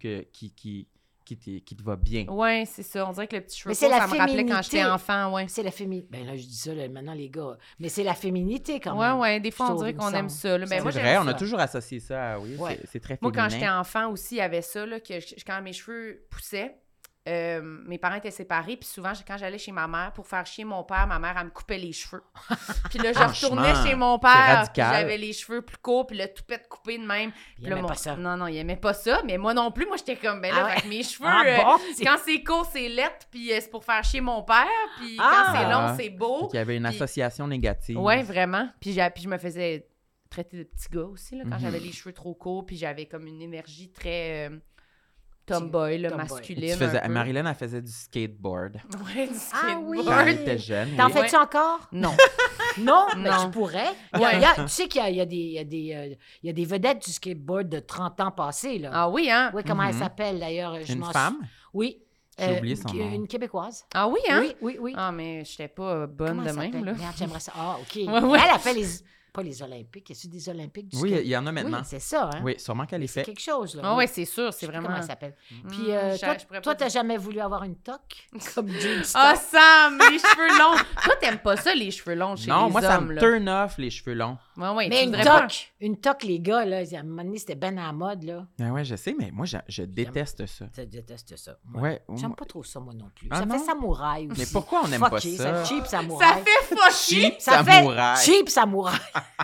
qui te va bien. Ouais, c'est ça. On dirait que le petit cheveu Mais c'est court, la ça me rappelait quand féminité. j'étais enfant, ouais. C'est la féminité. Ben là, je dis ça là, maintenant, les gars. Mais c'est la féminité, quand Ouais, même. ouais. Des fois, Je on trouve, dirait il me qu'on aime semble. ça. Là. Ben, C'est moi, C'est j'aime vrai, on a ça. toujours associé ça à oui, Ouais. c'est très Moi, féminin. quand j'étais enfant aussi, il y avait ça, là, que quand mes cheveux poussaient, mes parents étaient séparés, puis souvent, quand j'allais chez ma mère pour faire chier mon père, ma mère, elle me coupait les cheveux. Puis là, je retournais Franchement, chez mon c'est père, puis radical. j'avais les cheveux plus courts, puis le toupette coupé de même. Il Puis là, aimait pas ça. Non, il aimait pas ça, mais moi non plus. Moi, j'étais comme, ben là, Ah ouais? avec mes cheveux, Ah bon? quand c'est court, c'est lettre, puis c'est pour faire chier mon père, puis Ah! quand c'est long, c'est Fait beau. qu'il y avait une Puis- association négative. Ouais, vraiment. Puis je me faisais traiter de petit gars aussi, là, quand Mhm. j'avais les cheveux trop courts, puis j'avais comme une énergie très... tomboy, là, Tomboy. masculine. Marilyn, elle faisait du skateboard Ouais, du Ah oui. skateboard. quand elle était jeune. T'en oui. fais-tu encore? Non. Non, mais Non. tu pourrais. Ouais. Tu sais qu'il y a des vedettes du skateboard de 30 ans passés, là. Ah oui, hein? Oui, comment elle Mhm. s'appelle, d'ailleurs? Une femme? Oui. J'ai oublié son nom. Une Québécoise. Ah oui, hein? Oui. Ah, mais je n'étais pas bonne Comment de elle même, s'appelle? là. Merde, j'aimerais ça. Ah, OK. Ouais. Elle a fait pas les Olympiques. Est-ce des Olympiques du Oui, skate? il y en a maintenant. Oui, c'est ça, hein? Oui, sûrement qu'elle les C'est fait. quelque chose, là. Ah oui. ouais, c'est sûr, Je c'est sais plus vraiment... comment elle s'appelle. Puis je pourrais toi, pas t'as dire. jamais voulu avoir une toque? Comme June Ah, Star? Sam, les cheveux longs. Toi, t'aimes pas ça, les cheveux longs chez Non, les moi, ça hommes, me là. turn off, les cheveux longs. Ouais, Mais tu une voudrais pas- toque, les gars, là, à un moment donné, c'était ben à la mode, là. Ah ouais, je sais, mais moi, je déteste ça. Je déteste ça. Ouais. J'aime pas trop ça, moi non plus. Ah ça non? fait samouraï aussi. Mais pourquoi on n'aime pas Fucké, ça? cheap samouraï. Ça fait fucky. Cheap Ça samouraï. fait cheap samouraï.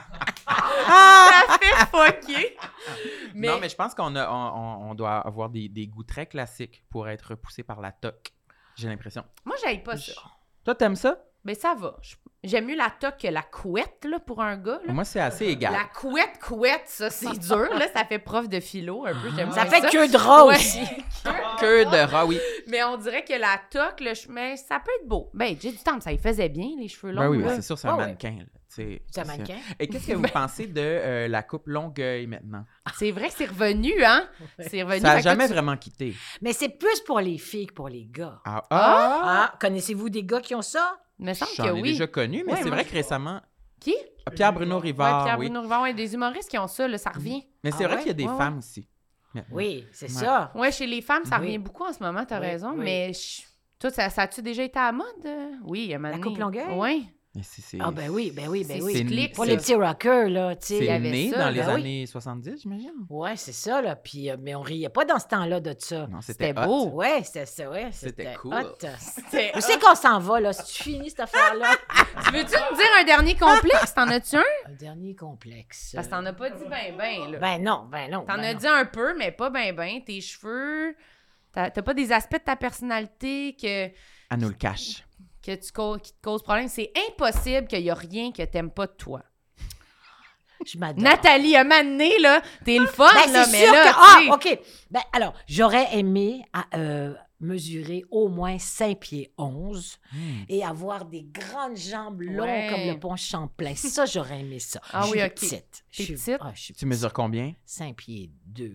Ça fait fucky. Mais... Non, mais je pense on doit avoir des goûts très classiques pour être repoussé par la toque. J'ai l'impression. Moi, j'aille pas ça. Toi, t'aimes ça? Mais ça va. J'aime mieux la toque que la couette, là, pour un gars, là. Moi, c'est assez égal. La couette, ça, c'est dur, là. Ça fait prof de philo, un peu. J'aime Ça bien fait queue de rat Ouais. aussi. Que de rat, oui. Mais on dirait que la toque, mais ça peut être beau. Ben, j'ai du temps, ça y faisait bien, les cheveux longs. Ben oui, là. c'est sûr, c'est un Ouais, ouais. mannequin. Là. C'est un mannequin. Et qu'est-ce que vous pensez de la coupe Longueuil maintenant? C'est vrai que c'est revenu, hein? C'est revenu. Ça n'a Fait que jamais tu- vraiment quitté. Mais c'est plus pour les filles que pour les gars. Ah, Ah, connaissez-vous des gars qui ont ça? Il me semble J'en que ai oui. déjà connu, mais Ouais, c'est moi, vrai que récemment, Qui? Pierre-Bruno Rivard, Ouais, Pierre oui. Bruno Rivard, ouais, des humoristes qui ont ça, là, ça revient. Mais c'est Ah vrai ouais? qu'il y a des Ouais, femmes aussi. maintenant. Oui, c'est Ouais. ça. Ouais, chez les femmes, ça Oui. revient beaucoup en ce moment, t'as Oui, raison. oui. Mais toi, ça a-tu déjà été à la mode? Oui, à un moment La donné. coupe Longueuil? Oui. Mais c'est Ah ben oui. C'est C'est- cyclique, Pour ça. les petits rockers, là, tu c'est sais. y avait né ça, dans les ben oui. années 70, j'imagine. Ouais, c'est ça, là. Puis, mais on riait pas dans ce temps-là de ça. Non, C'était c'était hot. beau. Ouais, c'était ça, ouais. C'était cool. hot. C'était- Où c'est qu'on s'en va, là? Si tu finis cette affaire-là? Tu veux-tu me dire un dernier complexe? T'en as-tu un? Un dernier complexe. Parce que t'en as pas dit ben, là. Ben non. T'en ben as non. dit un peu, mais pas ben. Tes cheveux, t'as pas des aspects de ta personnalité que Elle nous le cache. qui te causent problème. C'est impossible qu'il y a rien que t'aimes pas de toi. Je m'adore. Nathalie, un moment donné, là, t'es le fun, Ben, là, c'est mais sûr là, que... Ah, tu sais, OK. Ben, alors, j'aurais aimé mesurer au moins 5 pieds 11 et avoir des grandes jambes longues Ouais. comme le pont Champlain. Ça, j'aurais aimé ça. Ah Je oui, suis OK. petite. T'es petite? Ah, je suis Tu mesures combien? 5 pieds 2.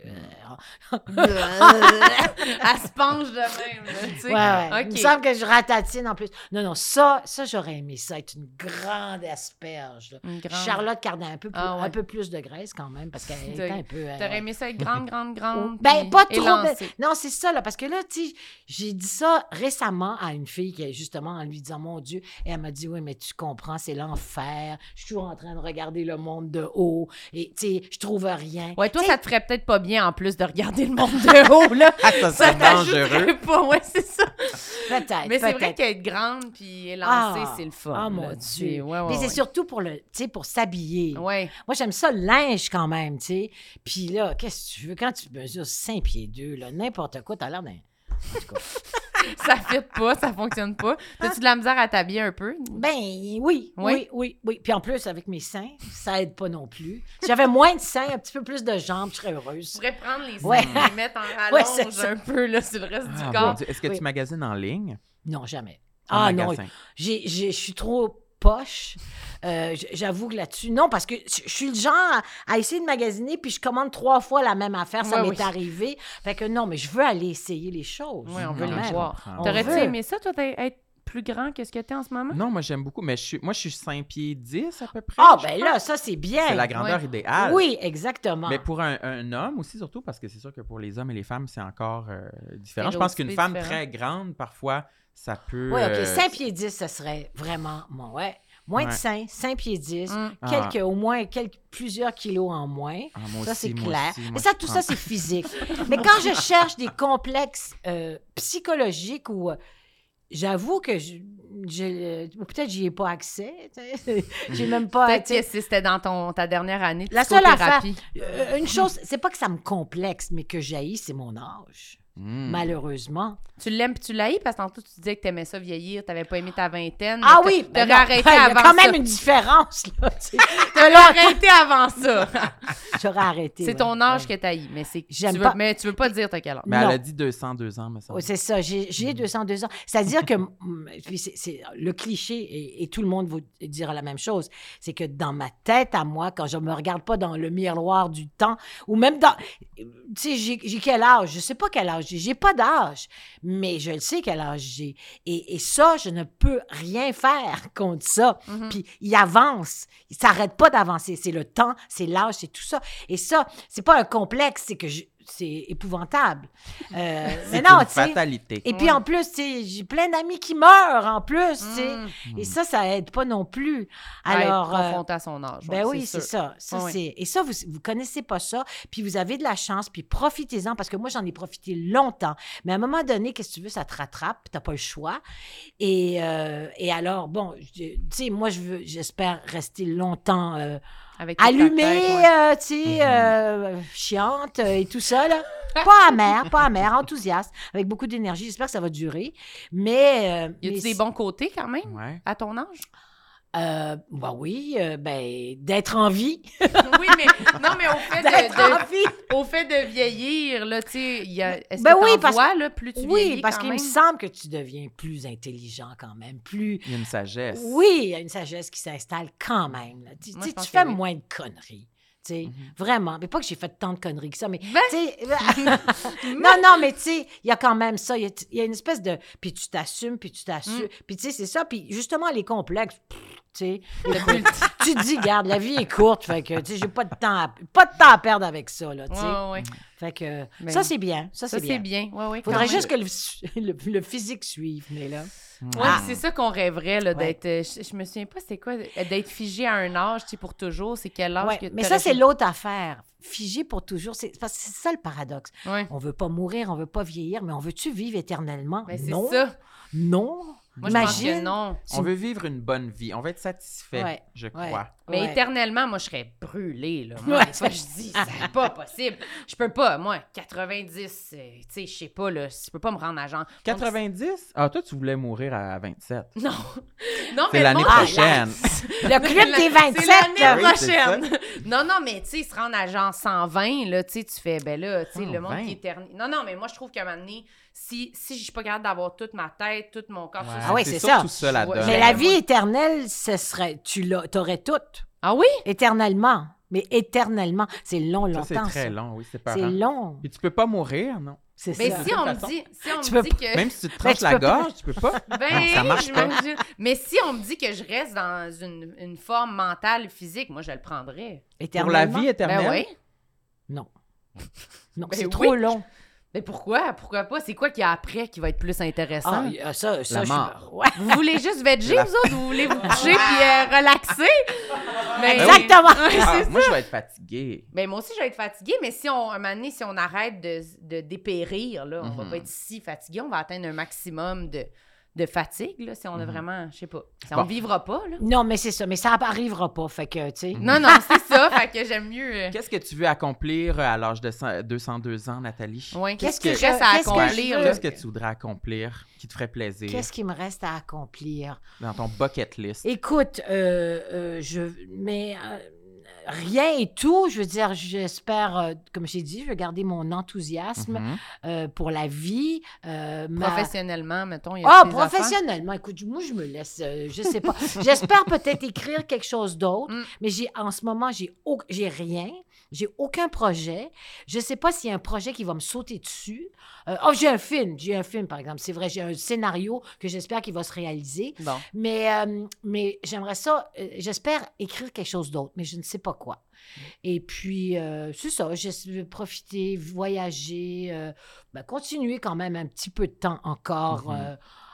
elle se penche de même, là, tu sais. Ouais. Il me OK. semble que je ratatine en plus. Non, ça j'aurais aimé ça, être une grande asperge. Là. Une grande- Charlotte Cardin, un peu plus, Ah ouais. un peu plus de graisse quand même, parce qu'elle était un peu... T'aurais aimé ça être grande. Ben, puis pas trop. élancée. Non, c'est ça, là, parce que là, tu sais, j'ai dit ça récemment à une fille qui, justement, en lui disant, mon Dieu, et elle m'a dit, oui, mais tu comprends, c'est l'enfer. Je suis toujours en train de regarder le monde de haut, et, tu sais, je trouve rien. Ouais, toi, Tu sais, ça te ferait peut-être pas bien en plus de regarder le monde de haut, là. Ah, ça Ça serait dangereux. t'ajouterait pas, ouais, c'est ça. Peut-être, Mais c'est vrai peut-être. qu'être grande puis élancée, c'est le fun. Ah, mon là, tu sais. Dieu. Ouais, Mais c'est ouais. surtout pour le, tu sais, pour s'habiller. Ouais. Moi, j'aime ça, le linge, quand même, tu sais. Puis là, qu'est-ce que tu veux? Quand tu mesures 5 pieds 2, là, n'importe quoi, t'as l'air d'un... En tout cas. Ça fit pas, ça fonctionne pas. T'as-tu de la misère à t'habiller un peu? Ben oui, Oui? oui. Puis en plus, avec mes seins, ça aide pas non plus. Si j'avais moins de seins, un petit peu plus de jambes, je serais Tu heureuse. pourrais prendre les Ouais. seins et les mettre en Ouais, rallonge c'est ça. un peu là, sur le reste Ah, du mon corps. Dieu. Est-ce que Oui. tu magasines en ligne? Non, jamais. En Ah non, magasin? je suis trop poche. J'avoue que là-dessus, non, parce que je suis le genre à essayer de magasiner, puis je commande 3 fois la même affaire. Ça Ouais, m'est oui. arrivé. Fait que non, mais je veux aller essayer les choses. Oui, on veut Non, les je voir. comprends. T'aurais-tu veut. aimé ça, toi, être plus grand que ce que t'es en ce moment? Non, moi, j'aime beaucoup. Mais moi, je suis 5 pieds 10 à peu près. Ah, je ben crois. là, ça, c'est bien. C'est la grandeur Ouais. idéale. Oui, exactement. Mais pour un homme aussi, surtout, parce que c'est sûr que pour les hommes et les femmes, c'est encore différent. Je pense qu'une Stéréotypé femme différent. très grande, parfois, ça peut... Oui, OK. 5 pieds 10, ça serait vraiment bon. Ouais. Moins de Ouais. 5 pieds 10, Mm. au moins plusieurs kilos en moins. Ah, moi Ça, aussi, c'est moi clair. aussi, moi, Mais ça, je tout prends- ça, c'est physique. Mais quand je cherche des complexes psychologiques ou j'avoue que ou peut-être j'y ai pas accès. Tu sais. J'ai même pas... Peut-être tu sais, que si c'était dans ta dernière année de La seule affaire, psychothérapie. une chose, c'est pas que ça me complexe, mais que j'haïs, c'est mon âge. malheureusement. Tu l'aimes puis tu l'haïs parce que tantôt tu disais que t'aimais ça vieillir, t'avais pas aimé ta vingtaine. Ah oui! T'aurais arrêté il y a avant quand même ça. une différence, là. Tu sais. T'aurais arrêté avant ça. J'aurais arrêté. C'est ton âge que t'haïs, mais mais tu veux pas dire t'as quel âge. Mais Non. elle a dit 202 ans, me semble. Oui, c'est ça. J'ai 202 ans. C'est-à-dire que puis c'est le cliché, et tout le monde vous dira la même chose, c'est que dans ma tête à moi, quand je me regarde pas dans le miroir du temps, ou même dans... Tu sais, j'ai quel âge? Je sais pas quel âge j'ai pas d'âge, mais je le sais quel âge j'ai. Et ça, je ne peux rien faire contre ça. Puis il avance. Il s'arrête pas d'avancer. C'est le temps, c'est l'âge, c'est tout ça. Et ça, c'est pas un complexe, c'est que c'est épouvantable. Mais C'est non, une tu sais. fatalité. Et puis en plus, tu sais, j'ai plein d'amis qui meurent en plus, tu sais. Et ça aide pas non plus. Alors, confronté à son âge. ben ouais, oui, c'est sûr. ça. Ouais. Et ça, vous connaissez pas ça, puis vous avez de la chance, puis profitez-en, parce que moi, j'en ai profité longtemps. Mais à un moment donné, qu'est-ce que tu veux, ça te rattrape, puis t'as pas le choix. Et alors, bon, tu sais, moi, j'espère rester longtemps Avec toute ta allumée, tête, tu sais, chiante et tout ça, là. Pas amère, enthousiaste, avec beaucoup d'énergie. J'espère que ça va durer. Mais... Y a-tu des bons côtés quand même Ouais. à ton âge? Ben oui, d'être en vie. Oui, mais non, mais D'être en vie. au fait de vieillir, là, tu sais, est-ce Ben que oui, t'en parce vois, là, plus tu vieillis Oui, parce quand qu'il me même? semble que tu deviens plus intelligent quand même, plus... Il y a une sagesse. Oui, il y a une sagesse qui s'installe quand même. Là. Tu Moi, sais, je pense tu fais que oui. moins de conneries. Tu sais, vraiment. Mais pas que j'ai fait tant de conneries que ça, mais Ben! tu sais... non, mais tu sais, il y a quand même ça. Il y a une espèce de... Puis tu t'assumes, puis tu t'assumes. Puis tu sais, c'est ça. Puis justement, les complexes, tu sais, écoute, tu te dis, regarde, la vie est courte, fait que, tu sais, j'ai pas de temps à perdre avec ça, là, tu sais. Ouais. Fait que Ben, ça, c'est bien. Ça, Ça, c'est c'est bien. bien. Ouais, ouais, Faudrait quand juste même. que le physique suive, mais là... Ouais, puis c'est ça qu'on rêverait, là, Ouais. d'être... Je me souviens pas, c'était quoi, d'être figé à un âge, tu sais, pour toujours. C'est quel âge Ouais, que mais t'aurais ça, c'est pu- l'autre affaire. Figé pour toujours, parce que c'est ça le paradoxe. Ouais. On veut pas mourir, on veut pas vieillir, mais on veut-tu vivre éternellement? Ben, c'est Non. ça. Non. Moi, je pense que Imagine. non. On veut vivre une bonne vie. On va être satisfait, Ouais. je Ouais. crois. Mais Ouais. éternellement, moi, je serais brûlée, là. Moi, Ouais. des fois, je dis, c'est pas possible. Je peux pas. Moi, 90, tu sais, je sais pas, là, je peux pas me rendre à genre... 90? Ah, toi, tu voulais mourir à 27. Non. Non, C'est mais l'année bon, prochaine. Le club des 27. C'est l'année Oui, c'est prochaine. Non, mais tu sais, se rendre à genre 120, là, tu sais, tu fais, ben là, tu sais, le monde 120. qui éternise. Non, mais moi, je trouve qu'à un moment donné, si je suis pas capable d'avoir toute ma tête, tout mon corps... Ouais, tout Ah oui, c'est ça. surtout ça la Ouais. donne. Mais Ouais. la vie éternelle, ce serait, t'aurais toute, Ah oui? éternellement. Mais éternellement. C'est long, Ça, longtemps, c'est très long, oui, c'est pas C'est long. Puis tu peux pas mourir, non? C'est Mais ça. si on me façon. dit, Tu peux que... Même si tu te tranches tu la peux pas. gorge, tu peux pas. Ben, Non, ça marche pas. j'imagine. Mais si on me dit que je reste dans une forme mentale, physique, moi, je le prendrais. Pour Éternellement. la vie éternelle. Ben oui. Non. Non, Ben c'est oui. trop long. Mais pourquoi? Pourquoi pas? C'est quoi qu'il y a après qui va être plus intéressant? Ça, La je mort. Ouais. Vous voulez juste veger, vous autres? Vous voulez vous coucher puis relaxer? Mais- Exactement. Ouais, Ah, c'est moi, ça. je vais être fatiguée. Ben, moi aussi, je vais être fatiguée, mais si un moment donné, si on arrête de dépérir, là, on va pas être si fatigué, on va atteindre un maximum de fatigue, là, si on a vraiment, je sais pas. Si Bon. on vivra pas, là. Non, mais c'est ça. Mais ça arrivera pas. Fait que, tu sais. Non, c'est ça, fait que j'aime mieux... Qu'est-ce que tu veux accomplir à l'âge de 202 ans, Nathalie? Ouais, qu'est-ce Qu'est-ce qui que reste à qu'est-ce que accomplir? je là? Qu'est-ce que tu voudrais accomplir qui te ferait plaisir Qu'est-ce qui me reste à accomplir? dans ton bucket list? Écoute, rien et tout. Je veux dire, j'espère, comme j'ai dit, je vais garder mon enthousiasme Mhm. pour la vie. Professionnellement, mettons, il y a Ah, des affaires. professionnellement, écoute, moi, je me laisse, je sais pas. J'espère peut-être écrire quelque chose d'autre, Mm. mais en ce moment, j'ai rien. J'ai aucun projet. Je sais pas s'il y a un projet qui va me sauter dessus. J'ai un film, par exemple. C'est vrai, j'ai un scénario que j'espère qu'il va se réaliser. Bon. Mais j'aimerais ça, j'espère écrire quelque chose d'autre, mais je ne sais pas quoi. Et puis, c'est ça, je vais profiter, voyager, continuer quand même un petit peu de temps encore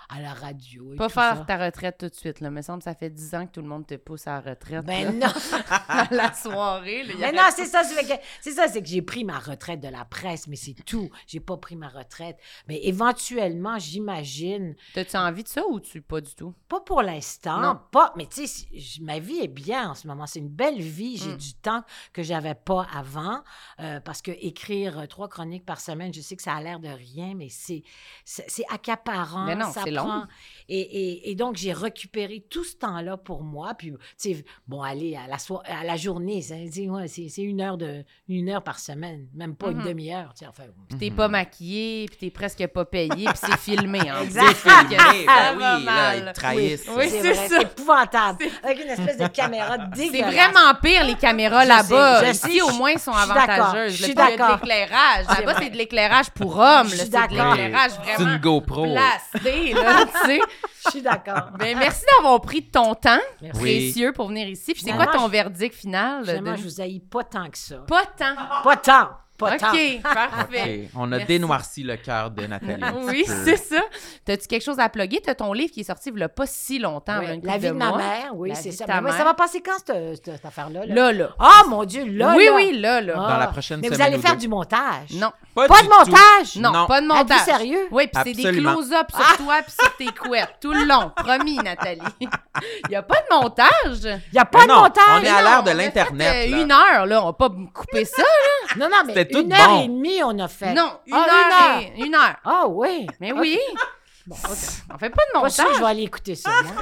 à la radio et Pas tout faire ça. ta retraite tout de suite, là. Il me semble que ça fait 10 ans que tout le monde te pousse à la retraite. Ben là. non! À la soirée, là, il y Mais aurait- non, c'est ça, c'est que j'ai pris ma retraite de la presse, mais c'est tout. J'ai pas pris ma retraite. Mais éventuellement, j'imagine, T'as-tu envie de ça ou pas du tout? pas pour l'instant, Non. pas, mais tu sais, ma vie est bien en ce moment. C'est une belle vie. J'ai du temps que j'avais pas avant, parce que écrire 3 chroniques par semaine, je sais que ça a l'air de rien, mais c'est accaparant. Mais non, ça c'est long. prend- Et donc, j'ai récupéré tout ce temps-là pour moi. Puis, tu sais, bon, aller à la journée, c'est 1 heure par semaine, même pas une demi-heure. Tu sais, enfin, Puis t'es pas maquillé, puis t'es presque pas payé, puis c'est filmé. Hein. Exact. C'est filmé, Ça ben va oui, là, mal. ils te trahissent. Oui, c'est vrai, ça. c'est épouvantable. Avec une espèce de caméra C'est dégueulasse. vraiment pire, les caméras Je là-bas. sais, je Ici, sais, au moins, ils sont je suis d'accord, avantageuses. je suis Là, il y a de d'accord. l'éclairage. C'est Là-bas, vrai. c'est de l'éclairage pour hommes. Je là. suis C'est de d'accord. l'éclairage C'est vraiment une GoPro. placé, là, tu sais. Je suis d'accord. Ben, merci d'avoir pris de ton temps Merci. précieux pour venir ici. Puis c'est Finalement, quoi ton verdict final? Finalement, de- je vous haïs pas tant que ça. Pas tant. Pas tant. Pas tant. OK, parfait. Ok, on a Merci. dénoirci le cœur de Nathalie. un petit Oui, peu. c'est ça. T'as-tu quelque chose à plugger? T'as ton livre qui est sorti il y a pas si longtemps. Oui, il y a une la couple vie de ma mois. mère, oui, La c'est vie ça. de ta Mais mère. ça va passer quand, cette affaire-là? Là, là. Oh, mon Dieu, là, Oui, là. oui, là, là. Ah. Dans la prochaine Mais vous semaine allez ou faire deux. du montage? Non. Pas du de montage? tout. Non, Non. pas de Êtes-vous montage. sérieux? Oui, puis c'est des Absolument. close-ups sur toi puis sur tes couettes tout le long. Promis, Nathalie. Il n'y a pas de montage. Il n'y a pas Mais de non, montage? on est à l'ère de On a fait, l'Internet, là. 1 heure, là. On va pas me couper ça. Non, non, mais C'était tout 1 heure bon. et demie, on a fait. Non, une Ah, heure. 1 heure. Ah, oui. Mais Ok. oui. Bon, OK. On fait pas de Pas sûr que je montage. vais aller écouter ça, moi.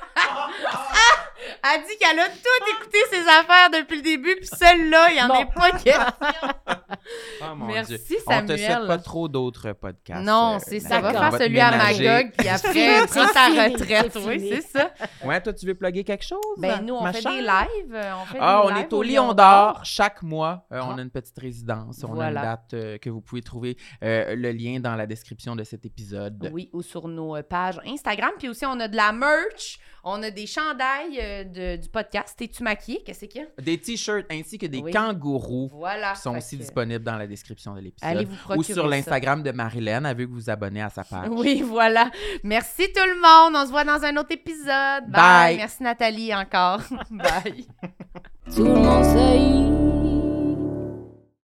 Elle dit qu'elle a tout écouté ses affaires depuis le début, puis celle-là, il n'y en Bon. a pas question. Oh, mon Merci, Dieu. On te Samuel. souhaite pas trop d'autres podcasts. Non, c'est ça. Va D'accord. faire On va te celui à ménager. Magog, puis après, fini, prends c'est ta fini, retraite. c'est Oui, fini. c'est ça. Ouais, toi, tu veux plugger quelque chose? Ben, nous, on ma fait chère? des lives. On est au Lion d'Or chaque mois. On a une petite résidence. On a Voilà. une date que vous pouvez trouver le lien dans la description de cet épisode. Oui, ou sur nos pages Instagram. Puis aussi, on a de la merch. On a des chandails du podcast. T'es-tu maquillée? Qu'est-ce qu'il y a? Des t-shirts ainsi que des Oui. kangourous Voilà. qui sont Fait aussi que- disponibles dans la description de l'épisode. Allez vous procurer Ou sur ça. l'Instagram de Marilyn, avec vous abonner à sa page. Oui, voilà. Merci tout le monde. On se voit dans un autre épisode. Bye. Merci Nathalie encore. Bye. Tout le monde sait